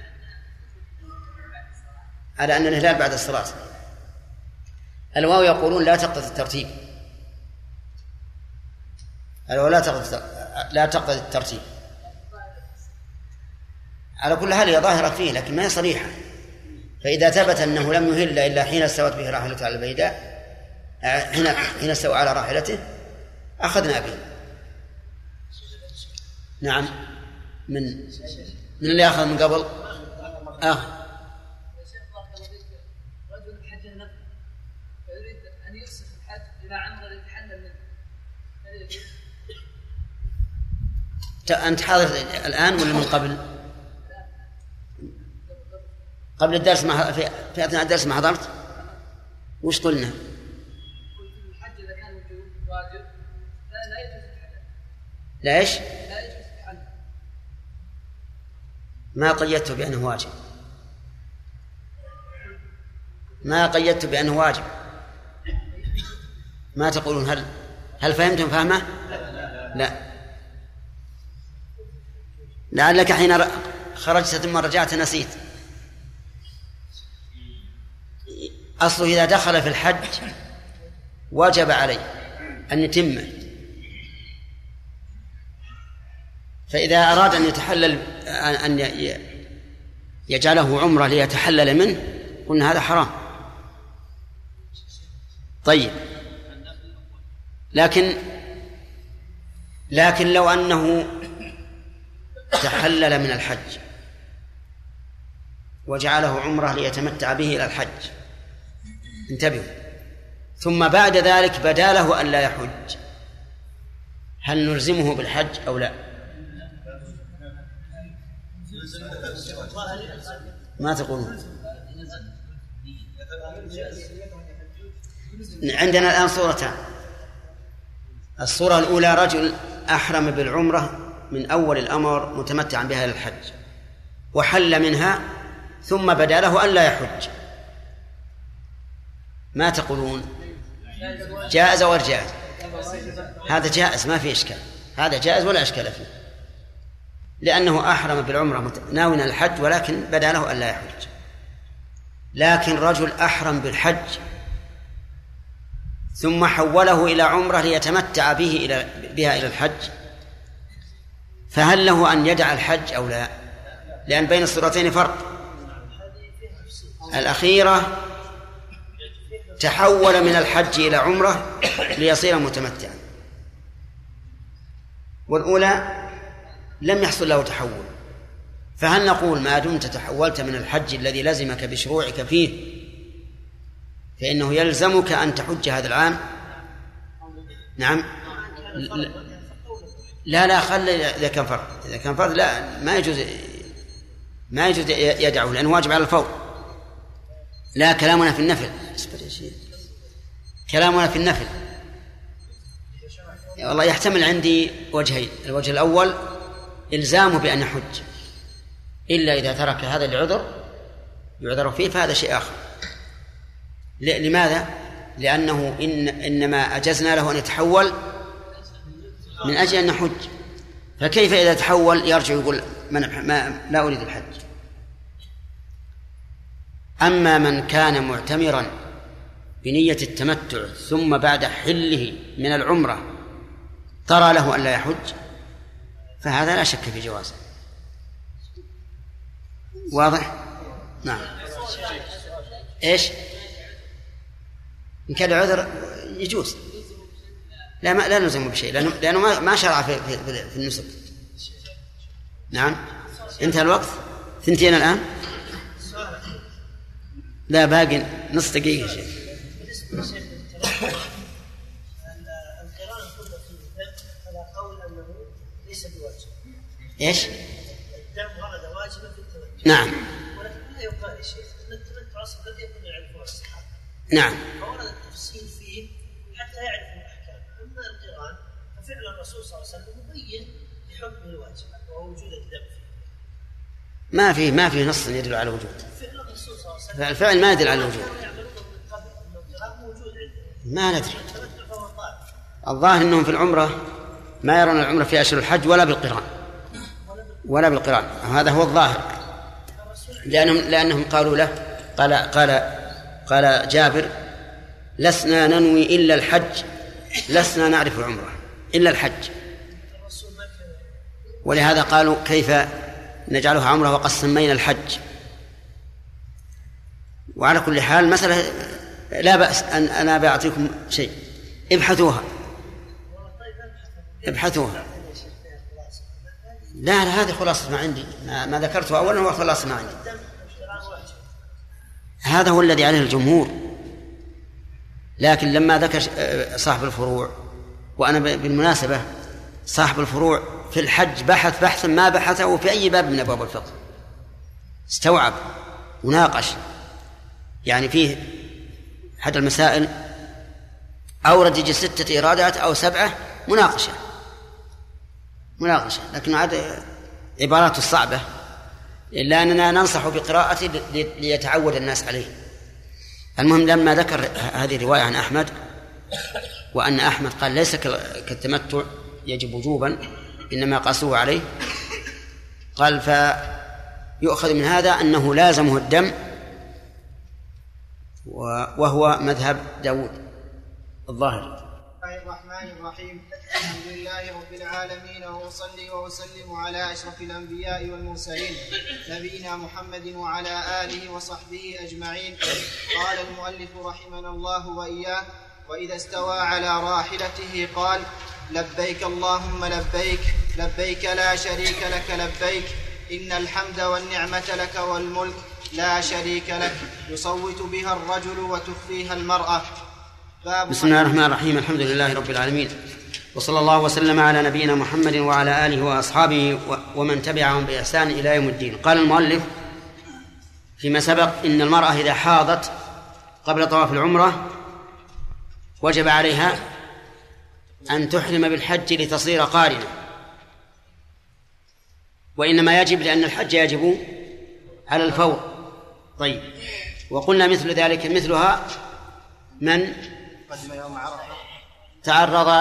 على أن الهلال بعد الصلاة. الواو يقولون لا تقتضي الترتيب، الواو لا تقتضي الترتيب. على كل حال هي ظاهرة فيه لكن ما هي صريحة، فإذا ثبت أنه لم يهل إلا حين استوت به راحلته على البيداء، حين استوى على راحلته أخذنا به. نعم من اللي أخذ من قبل؟ رجل حج نفسه فيريد أن يفسخ الحج إلى عمره يتحلل منه، أنت حاضر الآن ولا من قبل؟ قبل الدرس في أثناء الدرس ما حضرت؟ وش قلنا؟ قلت الحج إذا كان وجوب واجب لا يجوز التحلل. لا إيش؟ لا يجوز التحلل. ما قيدته بأنه واجب، ما قيدته بأنه واجب. ما تقولون هل فهمتم فهمه؟ لا، لعلك حين خرجت ثم رجعت نسيت. أصله إذا دخل في الحج وجب عليه أن يتمه، فإذا أراد أن يتحلل أن يجعله عمرة ليتحلل منه قلنا هذا حرام. طيب لكن لو أنه تحلل من الحج وجعله عمرة ليتمتع به إلى الحج، انتبهوا، ثم بعد ذلك بدا له أن لا يحج، هل نلزمه بالحج أو لا؟ ما تقولون؟ عندنا الآن صورتان. الصورة الأولى رجل أحرم بالعمرة من أول الأمر متمتعا بها إلى الحج وحل منها ثم بدا له أن لا يحج، ما تقولون؟ جائز أو غير جائز؟ هذا جائز ما في إشكال، هذا جائز ولا إشكال فيه، لأنه أحرم بالعمرة ناويا الحج ولكن بدا له أن لا يحج. لكن رجل أحرم بالحج ثم حوله إلى عمرة ليتمتع بها إلى الحج، فهل له أن يدع الحج أو لا؟ لأن بين الصورتين فرق. الأخيرة تحول من الحج إلى عمرة ليصير متمتعا، والأولى لم يحصل له تحول فهل نقول ما دمت تحولت من الحج الذي لزمك بشروعك فيه فإنه يلزمك أن تحج هذا العام؟ نعم. لا خلي إذا كان فرض لا ما يجوز يدعه لأنه واجب على الفور. لا كلامنا في النفل. كلامنا في النفل والله يحتمل عندي وجهين. الوجه الأول إلزامه بأن يحج إلا إذا ترك هذا العذر يعذر فيه فهذا شيء آخر. لماذا؟ لأنه إنما أجزنا له أن يتحول من أجل أن نحج، فكيف إذا تحول يرجع يقول لا أريد الحج؟ أما من كان معتمرا بنية التمتع ثم بعد حله من العمرة ترى له أن لا يحج فهذا لا شك في جوازه. واضح؟ نعم. إيش؟ إن كان عذر يجوز لا نلزم بشيء لأنه ما شرع في النسك. نعم. انتهى الوقت 2 الآن. لا باقي نص دقيقة شيء. بالنسبة لشيخ القران كله في الدم على قول أنه ليس بواجب. إيش؟ الدم ورد واجبا في التمتع. نعم. ولكن لا يقال يا شيخ أن التمتع أصلا قد يكون يعرفه الصحابة. نعم. فورد التفصيل فيه حتى يعرف الأحكام. أما القران ففعل الرسول صلى الله عليه وسلم مبين لحكم الواجب ووجود الدم فيه. ما في نص يدل على وجود. فعل الرسول صلى الله عليه وسلم. الفعل ما يدل على الوجود. موجود ما ندري. الظاهر أنهم في العمرة ما يرون العمرة في أشهر الحج ولا بالقران هذا هو الظاهر. لأنهم قالوا له قال جابر لسنا ننوي إلا الحج لسنا نعرف العمرة إلا الحج. ولهذا قالوا كيف نجعلها عمرة وقد سمينا الحج. وعلى كل حال مسألة لا بأس أن أنا بأعطيكم شيء ابحثوها. لا هذه خلاصة ما عندي ما ذكرته أولا هو خلاصة ما عندي. هذا هو الذي عليه الجمهور. لكن لما ذكر صاحب الفروع وأنا بالمناسبة صاحب الفروع في الحج بحث بحثا ما بحثه في أي باب من أبواب الفقه. استوعب وناقش يعني فيه أحد المسائل أورد يجي 6 إيرادات أو 7 مناقشة لكن هذا عبارات الصعبة إلا أننا ننصح بقراءته ليتعود الناس عليه. المهم لما ذكر هذه الرواية عن أحمد وأن أحمد قال ليس كالتمتع يجب وجوبا إنما قاسوه عليه قال فيؤخذ من هذا أنه لازمه الدم وهو مذهب داود الظاهر. بسم الله الرحمن الرحيم. الحمد لله رب العالمين وأصلي وأسلم على أشرف الأنبياء والمرسلين نبينا محمد وعلى آله وصحبه أجمعين. قال المؤلف رحمنا الله وإياه وإذا استوى على راحلته قال لبيك اللهم لبيك لبيك لا شريك لك لبيك إن الحمد والنعمة لك والملك لا شريك لك يصوت بها الرجل وتخفيها المرأة. بسم الله الرحمن الرحيم. الحمد لله رب العالمين وصلى الله وسلم على نبينا محمد وعلى آله وأصحابه ومن تبعهم بإحسان إلى يوم الدين. قال المؤلف فيما سبق إن المرأة إذا حاضت قبل طواف العمرة وجب عليها أن تحرم بالحج لتصير قارنة وإنما يجب لأن الحج يجب على الفور. طيب وقلنا مثل ذلك مثلها من تعرض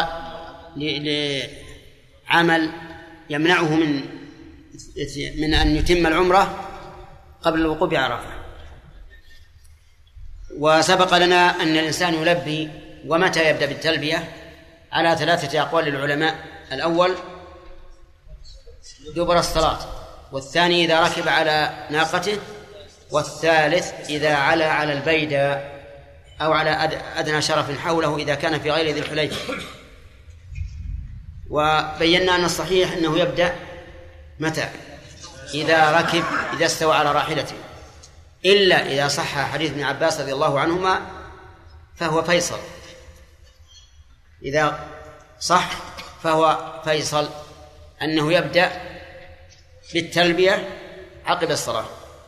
لعمل يمنعه من أن يتم العمرة قبل الوقوف بعرفة. وسبق لنا أن الإنسان يلبي ومتى يبدأ بالتلبية على 3 أقوال للعلماء. الأول دبر الصلاة، والثاني إذا ركب على ناقته، والثالث إذا علا على البيدة أو على أدنى شرف حوله إذا كان في غير ذي الحليفة. وبينا أن الصحيح أنه يبدأ متى؟ إذا استوى على راحلته، إلا إذا صح حديث ابن عباس رضي الله عنهما فهو فيصل، إذا صح فهو فيصل أنه يبدأ بالتلبية عقب الصلاة.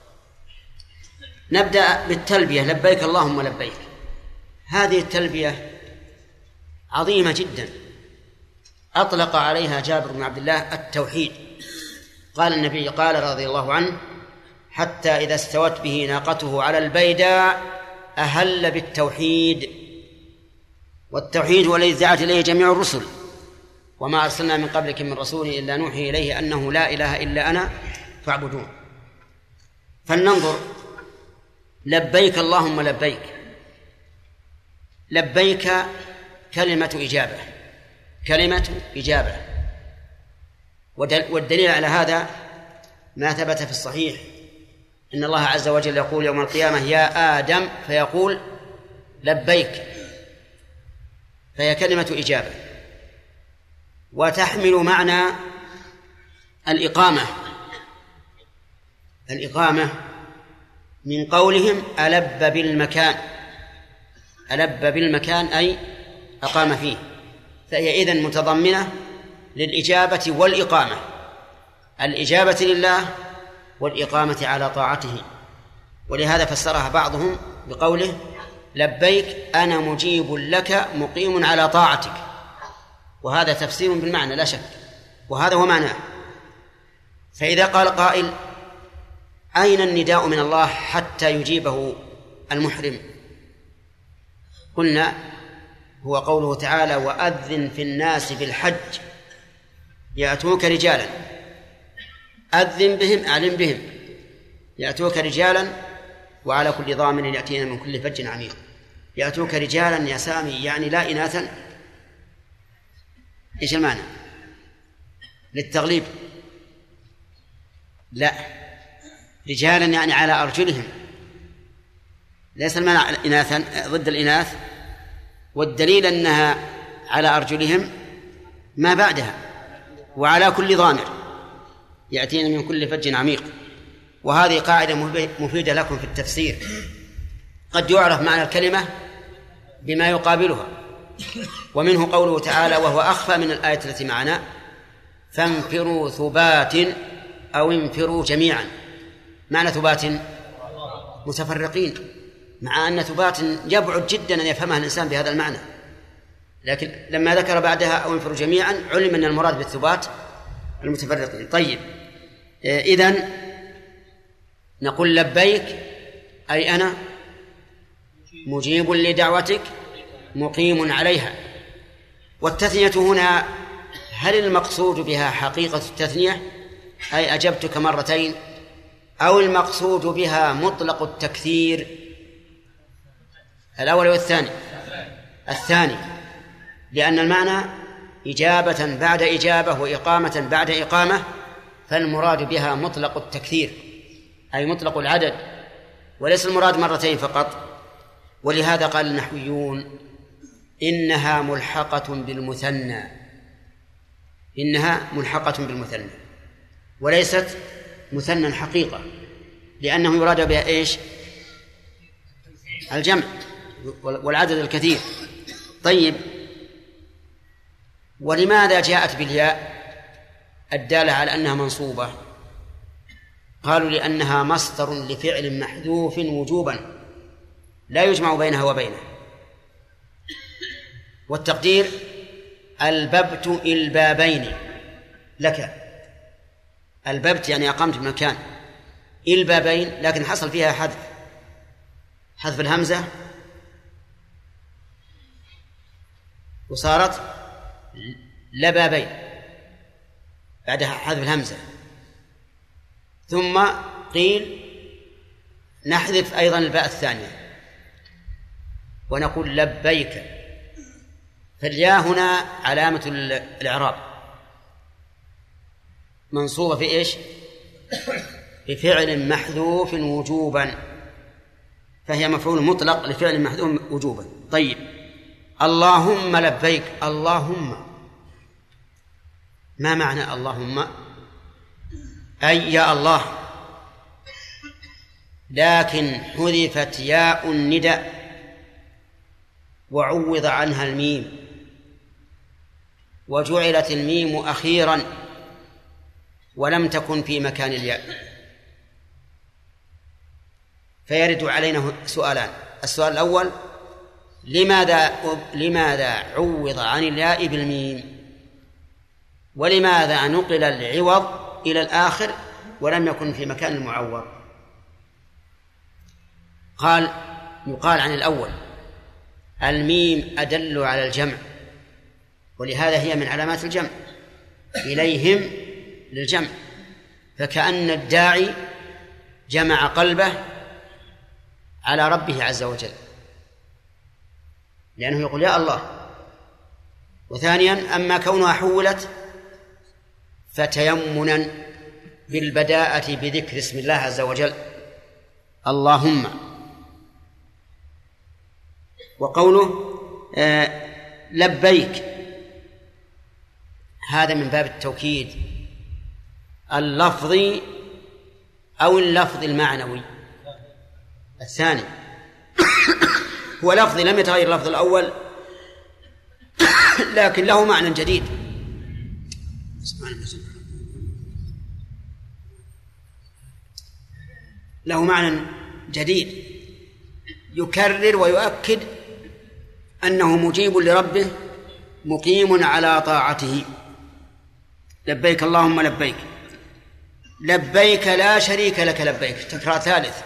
نبدأ بالتلبية لبيك اللهم لبيك. هذه التلبية عظيمة جدا، أطلق عليها جابر بن عبد الله التوحيد. قال النبي قال رضي الله عنه: حتى إذا استوت به ناقته على البيداء أهل بالتوحيد. والتوحيد هو الذي دعت إليه جميع الرسل، وما أرسلنا من قبلك من رسول إلا نوحي إليه أنه لا إله إلا أنا فاعبدون. فلننظر، لبيك اللهم لبيك. لبيك كلمة إجابة، كلمة إجابة. والدليل على هذا ما ثبت في الصحيح إن الله عز وجل يقول يوم القيامة: يا آدم، فيقول لبيك، فهي كلمة إجابة. وتحمل معنى الإقامة. الإقامة من قولهم ألب بالمكان، ألب بالمكان أي أقام فيه، فهي إذن متضمنة للإجابة والإقامة، الإجابة لله والإقامة على طاعته. ولهذا فسرها بعضهم بقوله: لبيك أنا مجيب لك مقيم على طاعتك. وهذا تفسير بالمعنى لا شك، وهذا هو معناه. فإذا قال قائل: أين النداء من الله حتى يجيبه المحرم؟ قلنا: هو قوله تعالى: وأذن في الناس بالحج يأتوك رجالا. أذن بهم، أعلم بهم، يأتوك رجالا وعلى كل ضامن يأتينا من كل فج عميق. يأتوك رجالا يا سامي يعني لا إناثا. إيش المعنى؟ للتغليب؟ لا، رجالا يعني على أرجلهم، ليس المعنى إناثا ضد الإناث. والدليل أنها على أرجلهم ما بعدها: وعلى كل ضامر يأتينا من كل فج عميق. وهذه قاعدة مفيدة لكم في التفسير. قد يعرف معنى الكلمة بما يقابلها، ومنه قوله تعالى وهو أخفى من الآية التي معنا: فانفروا ثبات أو انفروا جميعا. معنى ثبات متفرقين، مع أن ثبات يبعد جدا أن يفهمها الإنسان بهذا المعنى، لكن لما ذكر بعدها أو انفروا جميعا علم أن المراد بالثبات المتفرقين. طيب، إذن نقول لبيك أي أنا مجيب لدعوتك مقيم عليها. والتثنية هنا هل المقصود بها حقيقة التثنية أي أجبتك مرتين، أو المقصود بها مطلق التكثير؟ الأول والثاني؟ الثاني، لأن المعنى إجابة بعد إجابة وإقامة بعد إقامة، فالمراد بها مطلق التكثير أي مطلق العدد، وليس المراد مرتين فقط. ولهذا قال النحويون: إنها ملحقة بالمثنى، إنها ملحقة بالمثنى وليست مثنى حقيقة، لأنه يراد بها إيش؟ الجمع والعدد الكثير. طيب، ولماذا جاءت بالياء الدالة على أنها منصوبة؟ قالوا لأنها مصدر لفعل محذوف وجوبا لا يجمع بينها وبينه. والتقدير: الببت البابين لك. الببت يعني أقمت بمكان، البابين لكن حصل فيها حذف الهمزة وصارت لبابين بعدها حذف الهمزة. ثم قيل نحذف أيضا الباء الثانية ونقول لبيك. فالياء هنا علامة الإعراب منصوبة في إيش؟ بفعل محذوف وجوبا، فهي مفعول مطلق لفعل محذوف وجوبا. طيب، اللهم لبيك. اللهم، ما معنى اللهم؟ أي يا الله، لكن حذفت ياء النداء وعوض عنها الميم، وجعلت الميم أخيرا ولم تكن في مكان الياء. فيرد علينا سؤالان: السؤال الأول: لماذا عوض عن الياء بالميم؟ ولماذا نقل العوض إلى الآخر ولم يكن في مكان المعوض؟ يقال عن الأول: الميم أدل على الجمع، ولهذا هي من علامات الجمع، إليهم للجمع، فكأن الداعي جمع قلبه على ربه عز وجل، لأنه يقول يا الله. وثانيا: أما كونها حولت فتيمنا بالبداءة بذكر اسم الله عز وجل اللهم. وقوله لبيك، هذا من باب التوكيد اللفظي أو اللفظ المعنوي. الثاني هو لفظي لم يتغير اللفظ الأول، لكن له معنى جديد. له معنى جديد يكرر ويؤكد أنه مجيب لربه مقيم على طاعته. لبيك اللهم لبيك، لبيك لا شريك لك لبيك، تكرار ثالث،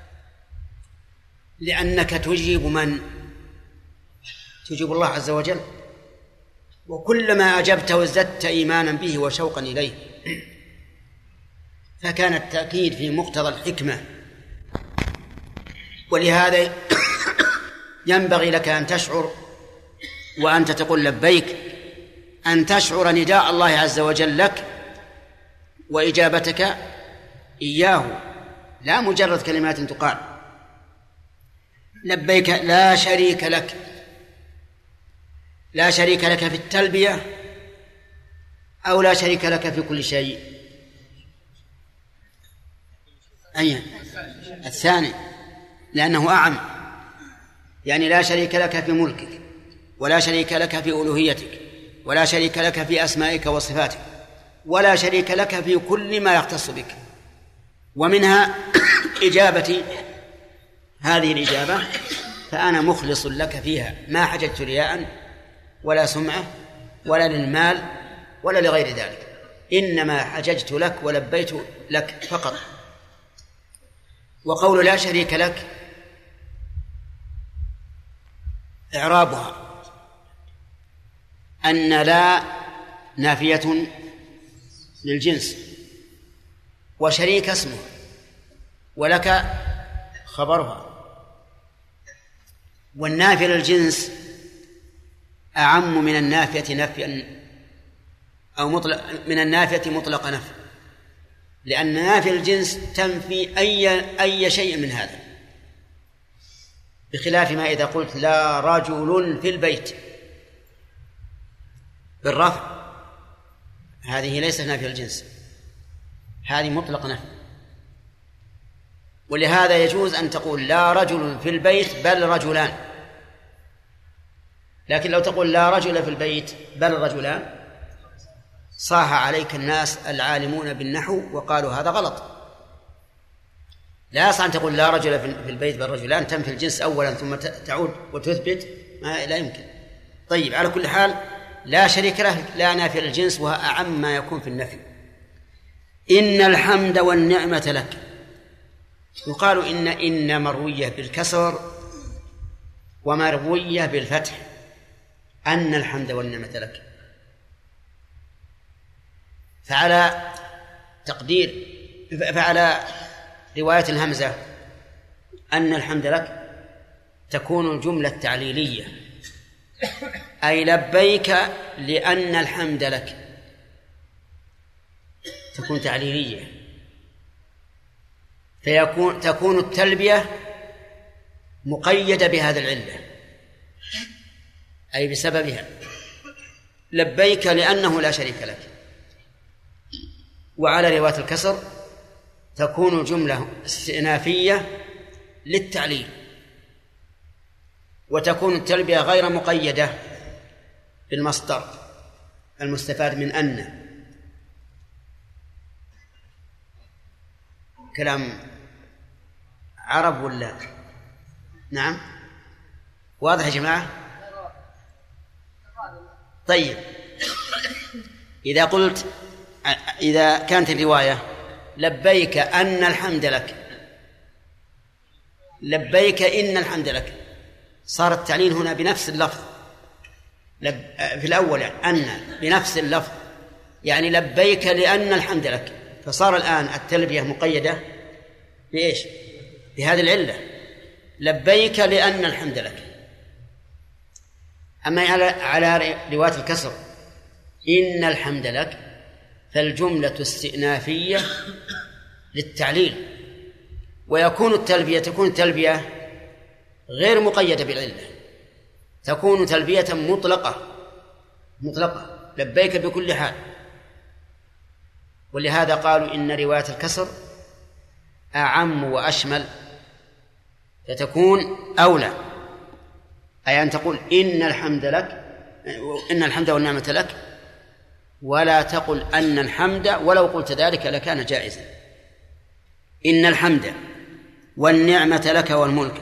لأنك تجيب من؟ تجيب الله عز وجل، وكلما أجبته ازددت إيمانا به وشوقا إليه، فكان التأكيد في مقتضى الحكمة. ولهذا ينبغي لك أن تشعر وأنت تقول لبيك أن تشعر نداء الله عز وجل لك وإجابتك إياه، لا مجرد كلمات تقال. لبيك لا شريك لك، لا شريك لك في التلبية أو لا شريك لك في كل شيء. أي الثاني، لأنه أعم، يعني لا شريك لك في ملكك، ولا شريك لك في ألوهيتك، ولا شريك لك في أسمائك وصفاتك، ولا شريك لك في كل ما يختص بك. ومنها إجابتي هذه الإجابة، فأنا مخلص لك فيها، ما حججت رياء ولا سمعة ولا للمال ولا لغير ذلك، إنما حججت لك ولبيت لك فقط. وقول لا شريك لك إعرابها أن لا نافية للجنس، وشريك اسمه، ولك خبرها. والنافية للجنس أعم من النافية نفيا أو من النافية مطلق نفي، لأن نافية الجنس تنفي أي شيء من هذا، بخلاف ما إذا قلت لا رجل في البيت بالرفع، هذه ليست نافية الجنس، هذه مطلق نفي. ولهذا يجوز أن تقول لا رجل في البيت بل رجلان، لكن لو تقول لا رجل في البيت بل رجلان صاح عليك الناس العالمون بالنحو وقالوا هذا غلط. لا يصح أن تقول لا رجل في البيت بل رجلان، تنفي الجنس أولا ثم تعود وتثبت، لا يمكن. طيب، على كل حال لا شريك له لا نافي للجنس، وهو أعم ما يكون في النفي. إن الحمد والنعمة لك، يقال إن مروية بالكسر ومروية بالفتح، أن الحمد والنعمة لك. فعلى رواية الهمزة أن الحمد لك تكون الجملة تعليلية، أي لبيك لأن الحمد لك، تكون تعليلية، تكون التلبية مقيدة بهذا العلة، أي بسببها. لبيك لأنه لا شريك لك، وعلى رواية الكسر تكون جملة استئنافية للتعليل، وتكون التلبية غير مقيدة بالمصدر المستفاد من أن. كلام عرب ولا؟ نعم واضح يا جماعة؟ طيب إذا كانت الرواية لبيك أن الحمد لك، لبيك إن الحمد لك، صار التعليل هنا بنفس اللفظ. في الأول أن بنفس اللفظ، يعني لبيك لأن الحمد لك، فصار الآن التلبية مقيدة بإيش؟ بهذه العلة، لبيك لأن الحمد لك. أما على رواية الكسر إن الحمد لك فالجملة استئنافية للتعليل، ويكون التلبية غير مقيدة بالعلة، تكون تلبية مطلقة لبيك بكل حال. ولهذا قالوا إن رواية الكسر أعم وأشمل، فتكون أولى، أي أن تقول إن الحمد لك، إن الحمد والنعمة لك، ولا تقل أن الحمد، ولو قلت ذلك لكان جائزا. إن الحمد والنعمة لك والملك.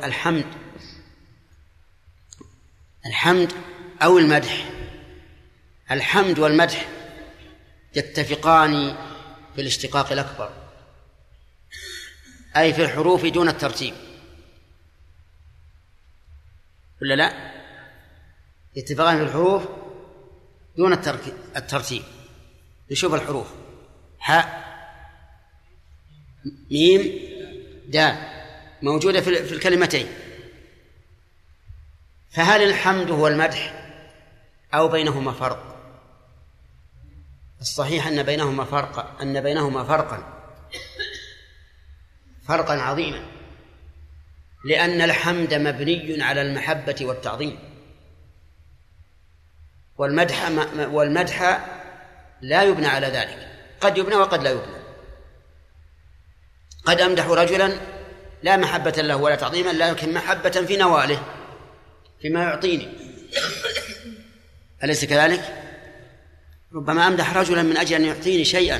الحمد أو المدح، الحمد والمدح يتفقان في الاشتقاق الأكبر، أي في الحروف دون الترتيب، ولا لا؟ يتفقان في الحروف دون الترتيب. نشوف الحروف: حاء، ميم، دال، موجودة في الكلمتين. فهل الحمد هو المدح أو بينهما فرق؟ الصحيح أن بينهما فرقا عظيما، لأن الحمد مبني على المحبة والتعظيم، والمدح لا يبنى على ذلك، قد يبنى وقد لا يبنى. قد أمدح رجلا لا محبة له ولا تعظيما، لكن محبة في نواله، فيما يعطيني، أليس كذلك؟ ربما أمدح رجلا من أجل أن يعطيني شيئا،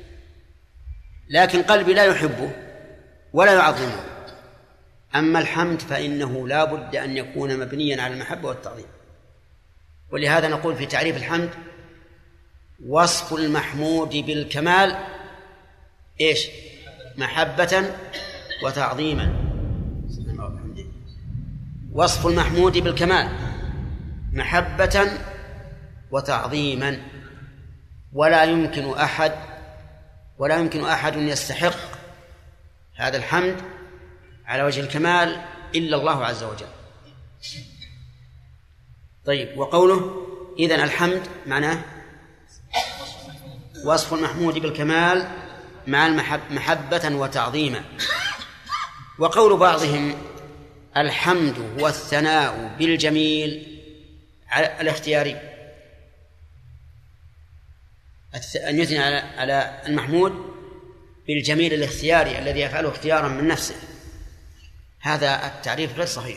لكن قلبي لا يحبه ولا يعظمه. أما الحمد فإنه لا بد أن يكون مبنيا على المحبة والتعظيم. ولهذا نقول في تعريف الحمد: وصف المحمود بالكمال إيش؟ محبة وتعظيما. وصف المحمود بالكمال محبة وتعظيما، ولا يمكن أحد يستحق هذا الحمد على وجه الكمال إلا الله عز وجل. طيب، وقوله إذن الحمد معناه وصف المحمود بالكمال مع محبة وتعظيما. وقول بعضهم الحمد هو الثناء بالجميل الاختياري، أن يثني على المحمود بالجميل الاختياري الذي يفعله اختيارا من نفسه، هذا التعريف غير صحيح،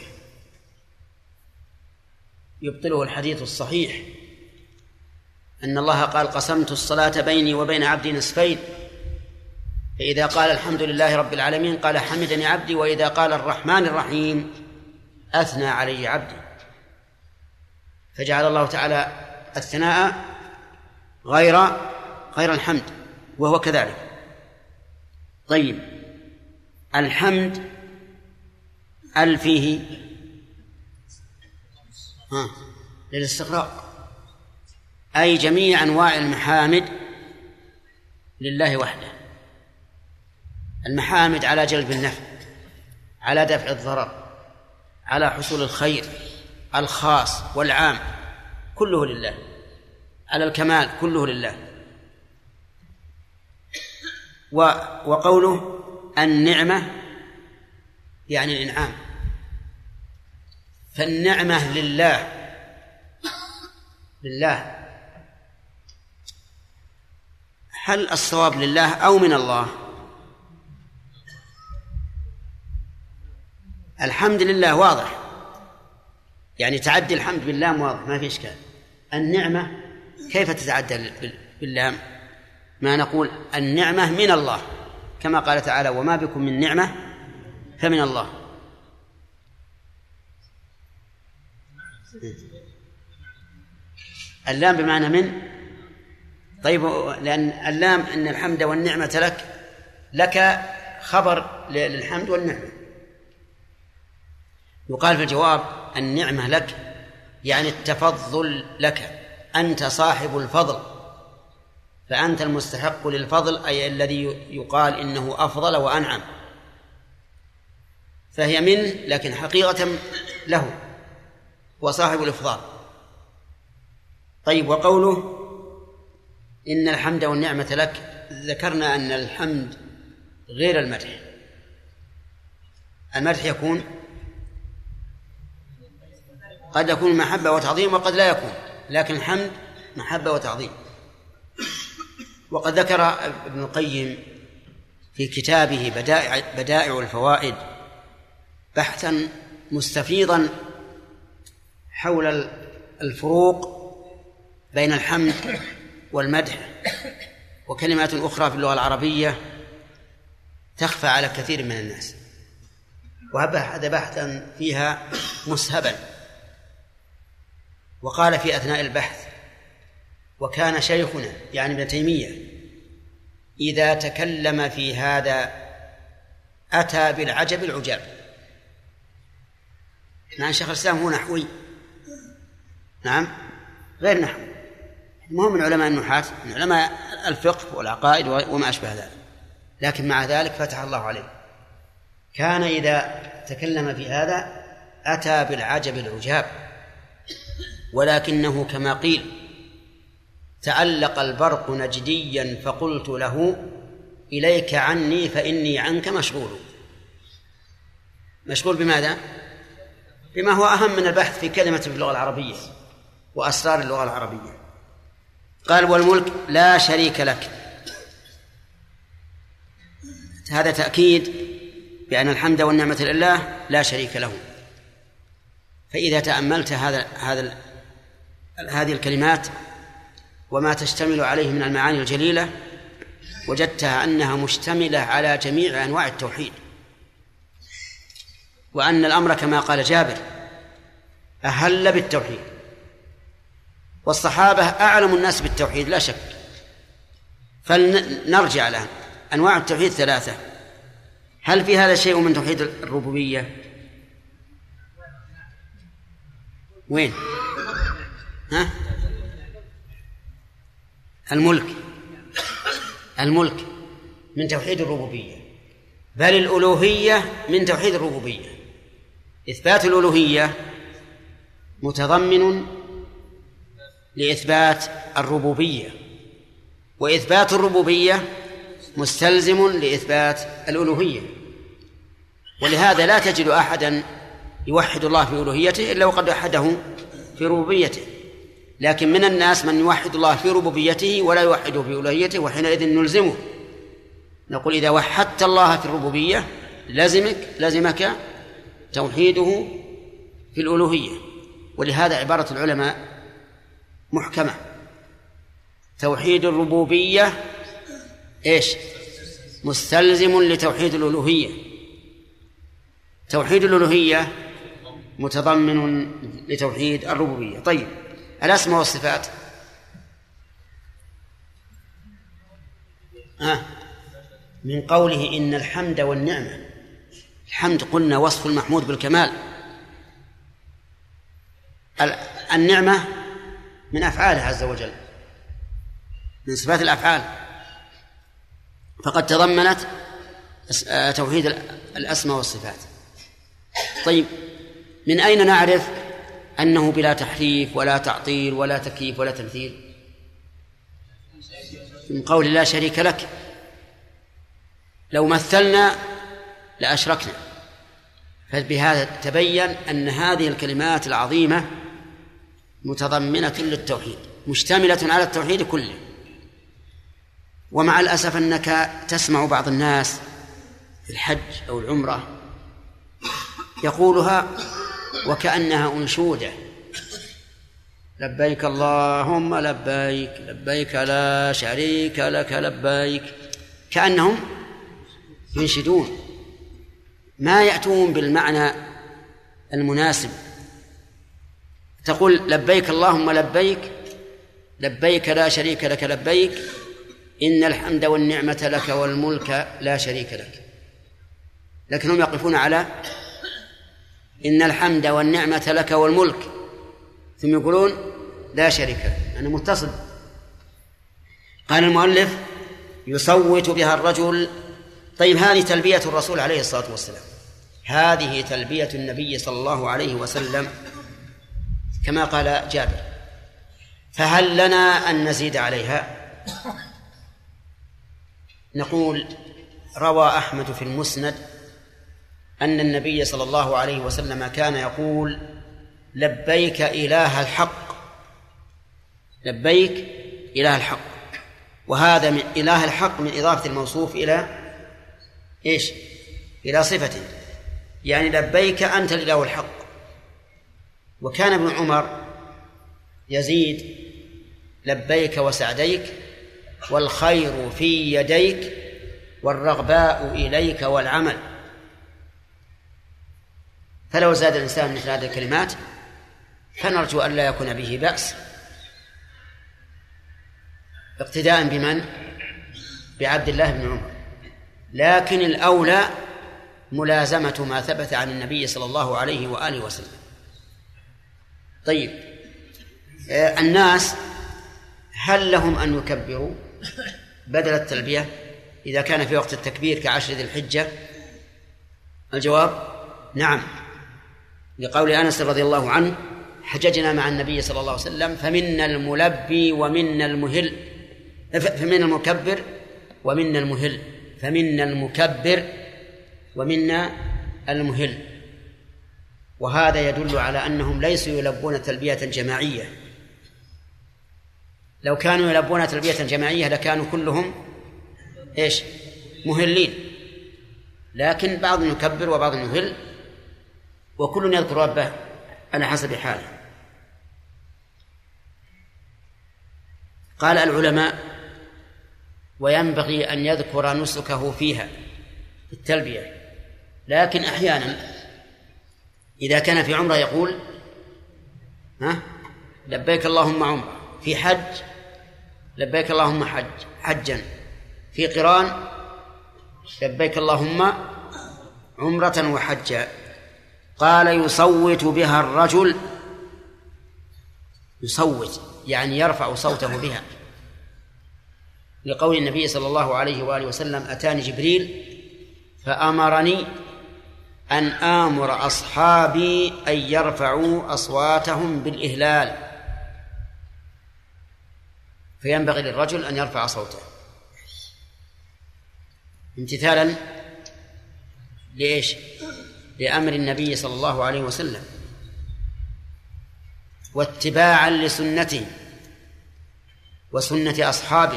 يبطله الحديث الصحيح أن الله قال: قسمت الصلاة بيني وبين عبدي نصفين، فإذا قال الحمد لله رب العالمين قال حمدني عبدي، وإذا قال الرحمن الرحيم أثنى علي عبدي. فجعل الله تعالى الثناء غير الحمد، وهو كذلك. طيب، الحمد فيه للاستغراق، أي جميع أنواع المحامد لله وحده. المحامد على جلب النفع، على دفع الضرر، على حصول الخير الخاص والعام، كله لله، على الكمال كله لله. وقوله النعمة يعني الإنعام، فالنعمة لله هل الصواب لله أو من الله؟ الحمد لله واضح، يعني تعدي الحمد باللام واضح ما في إشكال. النعمة كيف تتعدى باللام؟ ما نقول النعمة من الله كما قال تعالى وما بكم من نعمة فمن الله. اللام بمعنى من. طيب لأن اللام أن الحمد والنعمة لك خبر للحمد والنعمة. يقال في الجواب النعمة لك يعني التفضل لك، أنت صاحب الفضل، فأنت المستحق للفضل، أي الذي يقال إنه أفضل وأنعم، فهي منه لكن حقيقة له وصاحب الإفضال. طيب وقوله إن الحمد والنعمة لك، ذكرنا أن الحمد غير المدح. المدح يكون قد يكون محبة وتعظيم وقد لا يكون، لكن الحمد محبة وتعظيم. وقد ذكر ابن القيم في كتابه بدائع الفوائد بحثا مستفيضا حول الفروق بين الحمد والمدح وكلمات أخرى في اللغة العربية تخفى على كثير من الناس، وهذا بحثا فيها مسهبا. وقال في أثناء البحث: وكان شيخنا يعني ابن تيمية إذا تكلم في هذا أتى بالعجب العجاب. نعم شيخ الإسلام هو نحوي، نعم غير نحوي، ما هو من علماء النحاة، من علماء الفقه والعقائد وما أشبه ذلك، لكن مع ذلك فتح الله عليه. كان إذا تكلم في هذا أتى بالعجب العجاب، ولكنه كما قيل: تعلق البرق نجديا فقلت له إليك عني فإني عنك مشغول. مشغول بماذا؟ بما هو أهم من البحث في كلمة في اللغة العربية وأسرار اللغة العربية. قال: والملك لا شريك لك. هذا تأكيد بأن الحمد والنعمة لله لا شريك له. فإذا تأملت هذه الكلمات وما تشتمل عليه من المعاني الجليلة وجدتها أنها مشتملة على جميع أنواع التوحيد، وأن الأمر كما قال جابر أهل بالتوحيد، والصحابة أعلم الناس بالتوحيد لا شك. فلنرجع الآن. أنواع التوحيد ثلاثة. هل في هذا شيء من توحيد الربوبية؟ وين؟ ها؟ الملك من توحيد الربوبية، بل الألوهية من توحيد الربوبية. إثبات الألوهية متضمن لإثبات الربوبية، وإثبات الربوبية مستلزم لإثبات الألوهية. ولهذا لا تجد أحدا يوحد الله في ألوهيته إلا وقد وحده في ربوبيته. لكن من الناس من يوحد الله في ربوبيته ولا يوحده في ألوهيته، وحينئذ نلزمه، نقول: إذا وحدت الله في الربوبية لزمك توحيده في الألوهية. ولهذا عبارة العلماء محكمة: توحيد الربوبية إيش؟ مستلزم لتوحيد الألوهية. توحيد الألوهية متضمن لتوحيد الربوبية. طيب، الأسماء والصفات. من قوله إن الحمد والنعمة، الحمد قلنا وصف المحمود بالكمال، النعمة من أفعاله عز وجل، من صفات الأفعال، فقد تضمنت توحيد الأسماء والصفات. طيب، من أين نعرف أنه بلا تحريف ولا تعطيل ولا تكييف ولا تمثيل؟ من قول لا شريك لك. لو مثلنا لأشركنا. فبهذا تبين أن هذه الكلمات العظيمة متضمنة للتوحيد، مشتملة على التوحيد كله. ومع الأسف أنك تسمع بعض الناس في الحج أو العمرة يقولها وكأنها أنشودة: لبيك اللهم لبيك لبيك لا شريك لك لبيك، كأنهم ينشدون، ما يأتون بالمعنى المناسب. تقول لبيك اللهم لبيك لبيك لا شريك لك لبيك إن الحمد والنعمة لك والملك لا شريك لك، لكنهم يقفون على إن الحمد والنعمة لك والملك، ثم يقولون لا شريك لك، يعني متصل. قال المؤلف: يصوت بها الرجل. طيب، هذه تلبية الرسول عليه الصلاة والسلام، هذه تلبية النبي صلى الله عليه وسلم كما قال جابر، فهل لنا أن نزيد عليها؟ نقول: روى أحمد في المسند أن النبي صلى الله عليه وسلم كان يقول: لبيك إله الحق، لبيك إله الحق. وهذا من إله الحق من إضافة الموصوف إلى إيش؟ إلى صفته، يعني لبيك أنت الإله الحق. وكان ابن عمر يزيد: لبيك وسعديك والخير في يديك والرغباء إليك والعمل. فلو زاد الإنسان مثل هذه الكلمات فنرجو أن لا يكون به بأس، اقتداء بمن؟ بعبد الله بن عمر. لكن الأولى ملازمة ما ثبت عن النبي صلى الله عليه وآله وسلم. طيب، الناس هل لهم أن يكبروا بدل التلبية إذا كان في وقت التكبير كعشر ذي الحجة؟ الجواب: نعم، لقول أنس رضي الله عنه: حججنا مع النبي صلى الله عليه وسلم فمنا الملبي ومنا المهل، فمنا المكبر ومنا المهل، فمنا المكبر ومنا المهل. وهذا يدل على أنهم ليسوا يلبون تلبية جماعية. لو كانوا يلبون تلبية جماعية لكانوا كلهم إيش؟ مهلين، لكن بعض يكبر وبعض يهل، وكل يذكر ربه على حسب حاله. قال العلماء: وينبغي أن يذكر نسكه فيها التلبية، لكن أحيانا إذا كان في عمرة يقول: لبيك اللهم عمرة، في حج لبيك اللهم حجا، في قران لبيك اللهم عمرة وحجا. قال: يصوت بها الرجل، يصوت يعني يرفع صوته بها، لقول النبي صلى الله عليه وآله وسلم: أتاني جبريل فأمرني أن آمر أصحابي أن يرفعوا أصواتهم بالإهلال. فينبغي للرجل أن يرفع صوته امتثالا لإيش؟ لأمر النبي صلى الله عليه وسلم، واتباعا لسنته وسنة أصحابه.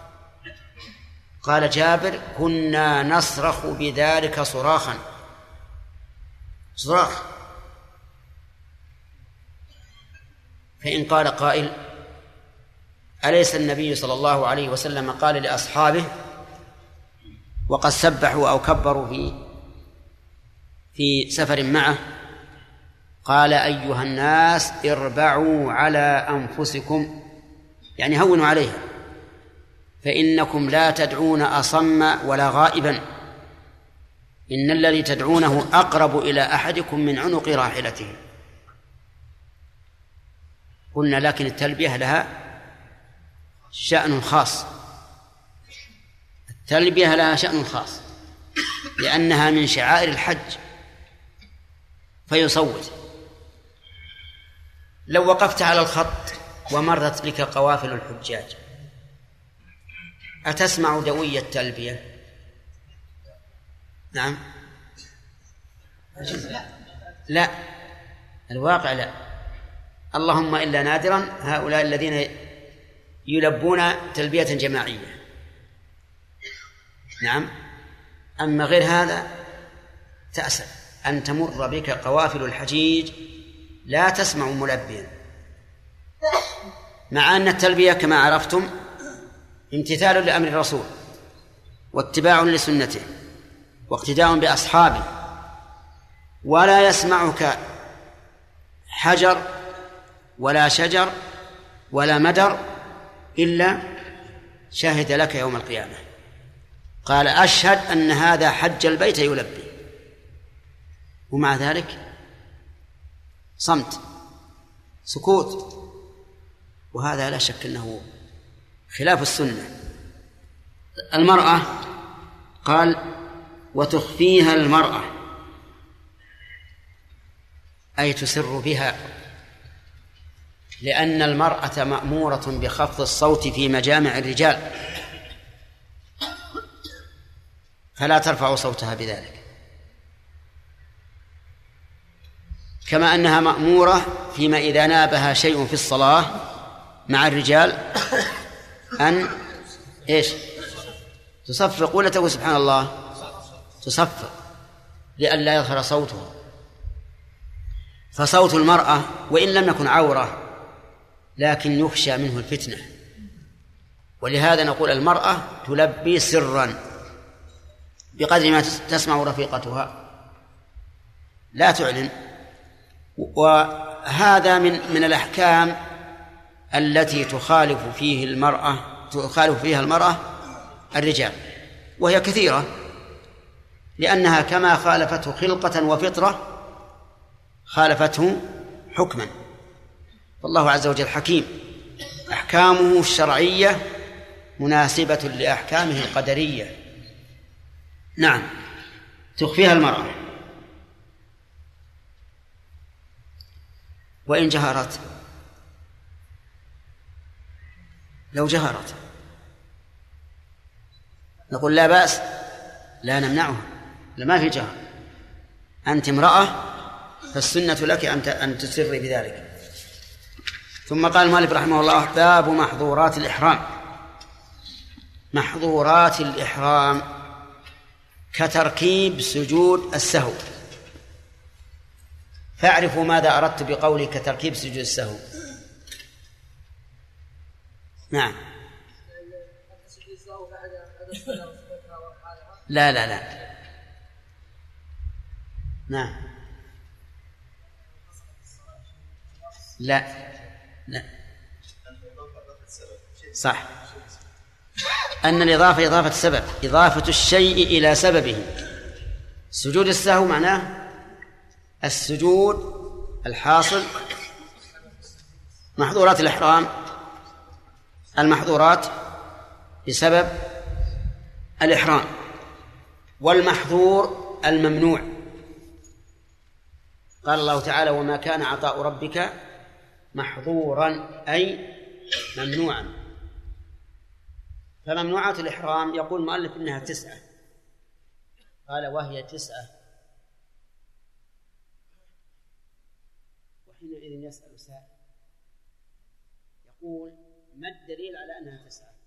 قال جابر: كنا نصرخ بذلك صراخا، صراخ. فإن قال قائل: أليس النبي صلى الله عليه وسلم قال لأصحابه وقد سبحوا أو كبروا في سفر معه، قال: أيها الناس اربعوا على أنفسكم، يعني هونوا عليها، فإنكم لا تدعون أصم ولا غائبا، إن الذي تدعونه أقرب إلى أحدكم من عنق راحلته. قلنا: لكن التلبية لها شأن خاص، التلبية لها شأن خاص لأنها من شعائر الحج، فيصوت. لو وقفت على الخط ومرت بك قوافل الحجاج أتسمع دوي التلبية؟ نعم، لا، الواقع لا، اللهم إلا نادرا هؤلاء الذين يلبون تلبية جماعية. نعم. أما غير هذا تأسف أن تمر بك قوافل الحجيج لا تسمع ملبيا، مع أن التلبية كما عرفتم امتثال لأمر الرسول واتباع لسنته واقتداء بأصحابه، ولا يسمعك حجر ولا شجر ولا مدر إلا شهد لك يوم القيامة. قال أشهد أن هذا حج البيت يلبي، ومع ذلك صمت سكوت، وهذا لا شك أنه خلاف السنة. المرأة قال وتخفيها المرأة أي تسر بها، لأن المرأة مأمورة بخفض الصوت في مجامع الرجال فلا ترفع صوتها بذلك، كما أنها مأمورة فيما إذا نابها شيء في الصلاة مع الرجال أن تصفق، ولا تقول سبحان الله، تصفق لئلا يظهر صوتها. فصوت المرأة وإن لم يكن عورة لكن يخشى منه الفتنة، ولهذا نقول المرأة تلبي سرا بقدر ما تسمع رفيقتها لا تعلن. وهذا من الأحكام التي تخالف فيها المرأة الرجال، وهي كثيرة، لأنها كما خالفته خلقة وفطرة خالفته حكما. فالله عز وجل حكيم، أحكامه الشرعية مناسبة لأحكامه القدرية. نعم. تخفيها المرأة وإن جهرت، لو جهرت نقول لا بأس، لا نمنعها، لما في جهر، أنت امرأة فالسنة لك أن تسري بذلك. ثم قال المؤلف رحمه الله باب محظورات الإحرام. محظورات الإحرام كتركيب سجود السهو. فاعرفوا ماذا أردت بقولي كتركيب سجود السهو. نعم. لا لا لا نعم لا لا صح أن الإضافة إضافة السبب، إضافة الشيء إلى سببه. سجود السهو معناه السجود الحاصل. محظورات الإحرام المحظورات بسبب الإحرام، والمحظور الممنوع. قال الله تعالى وما كان عطاء ربك محظورا أي ممنوعا. فممنوعات الإحرام يقول المؤلف إنها 9، قال وهي 9. وحينئذ يسأل سائل يقول ما الدليل على أنها 9؟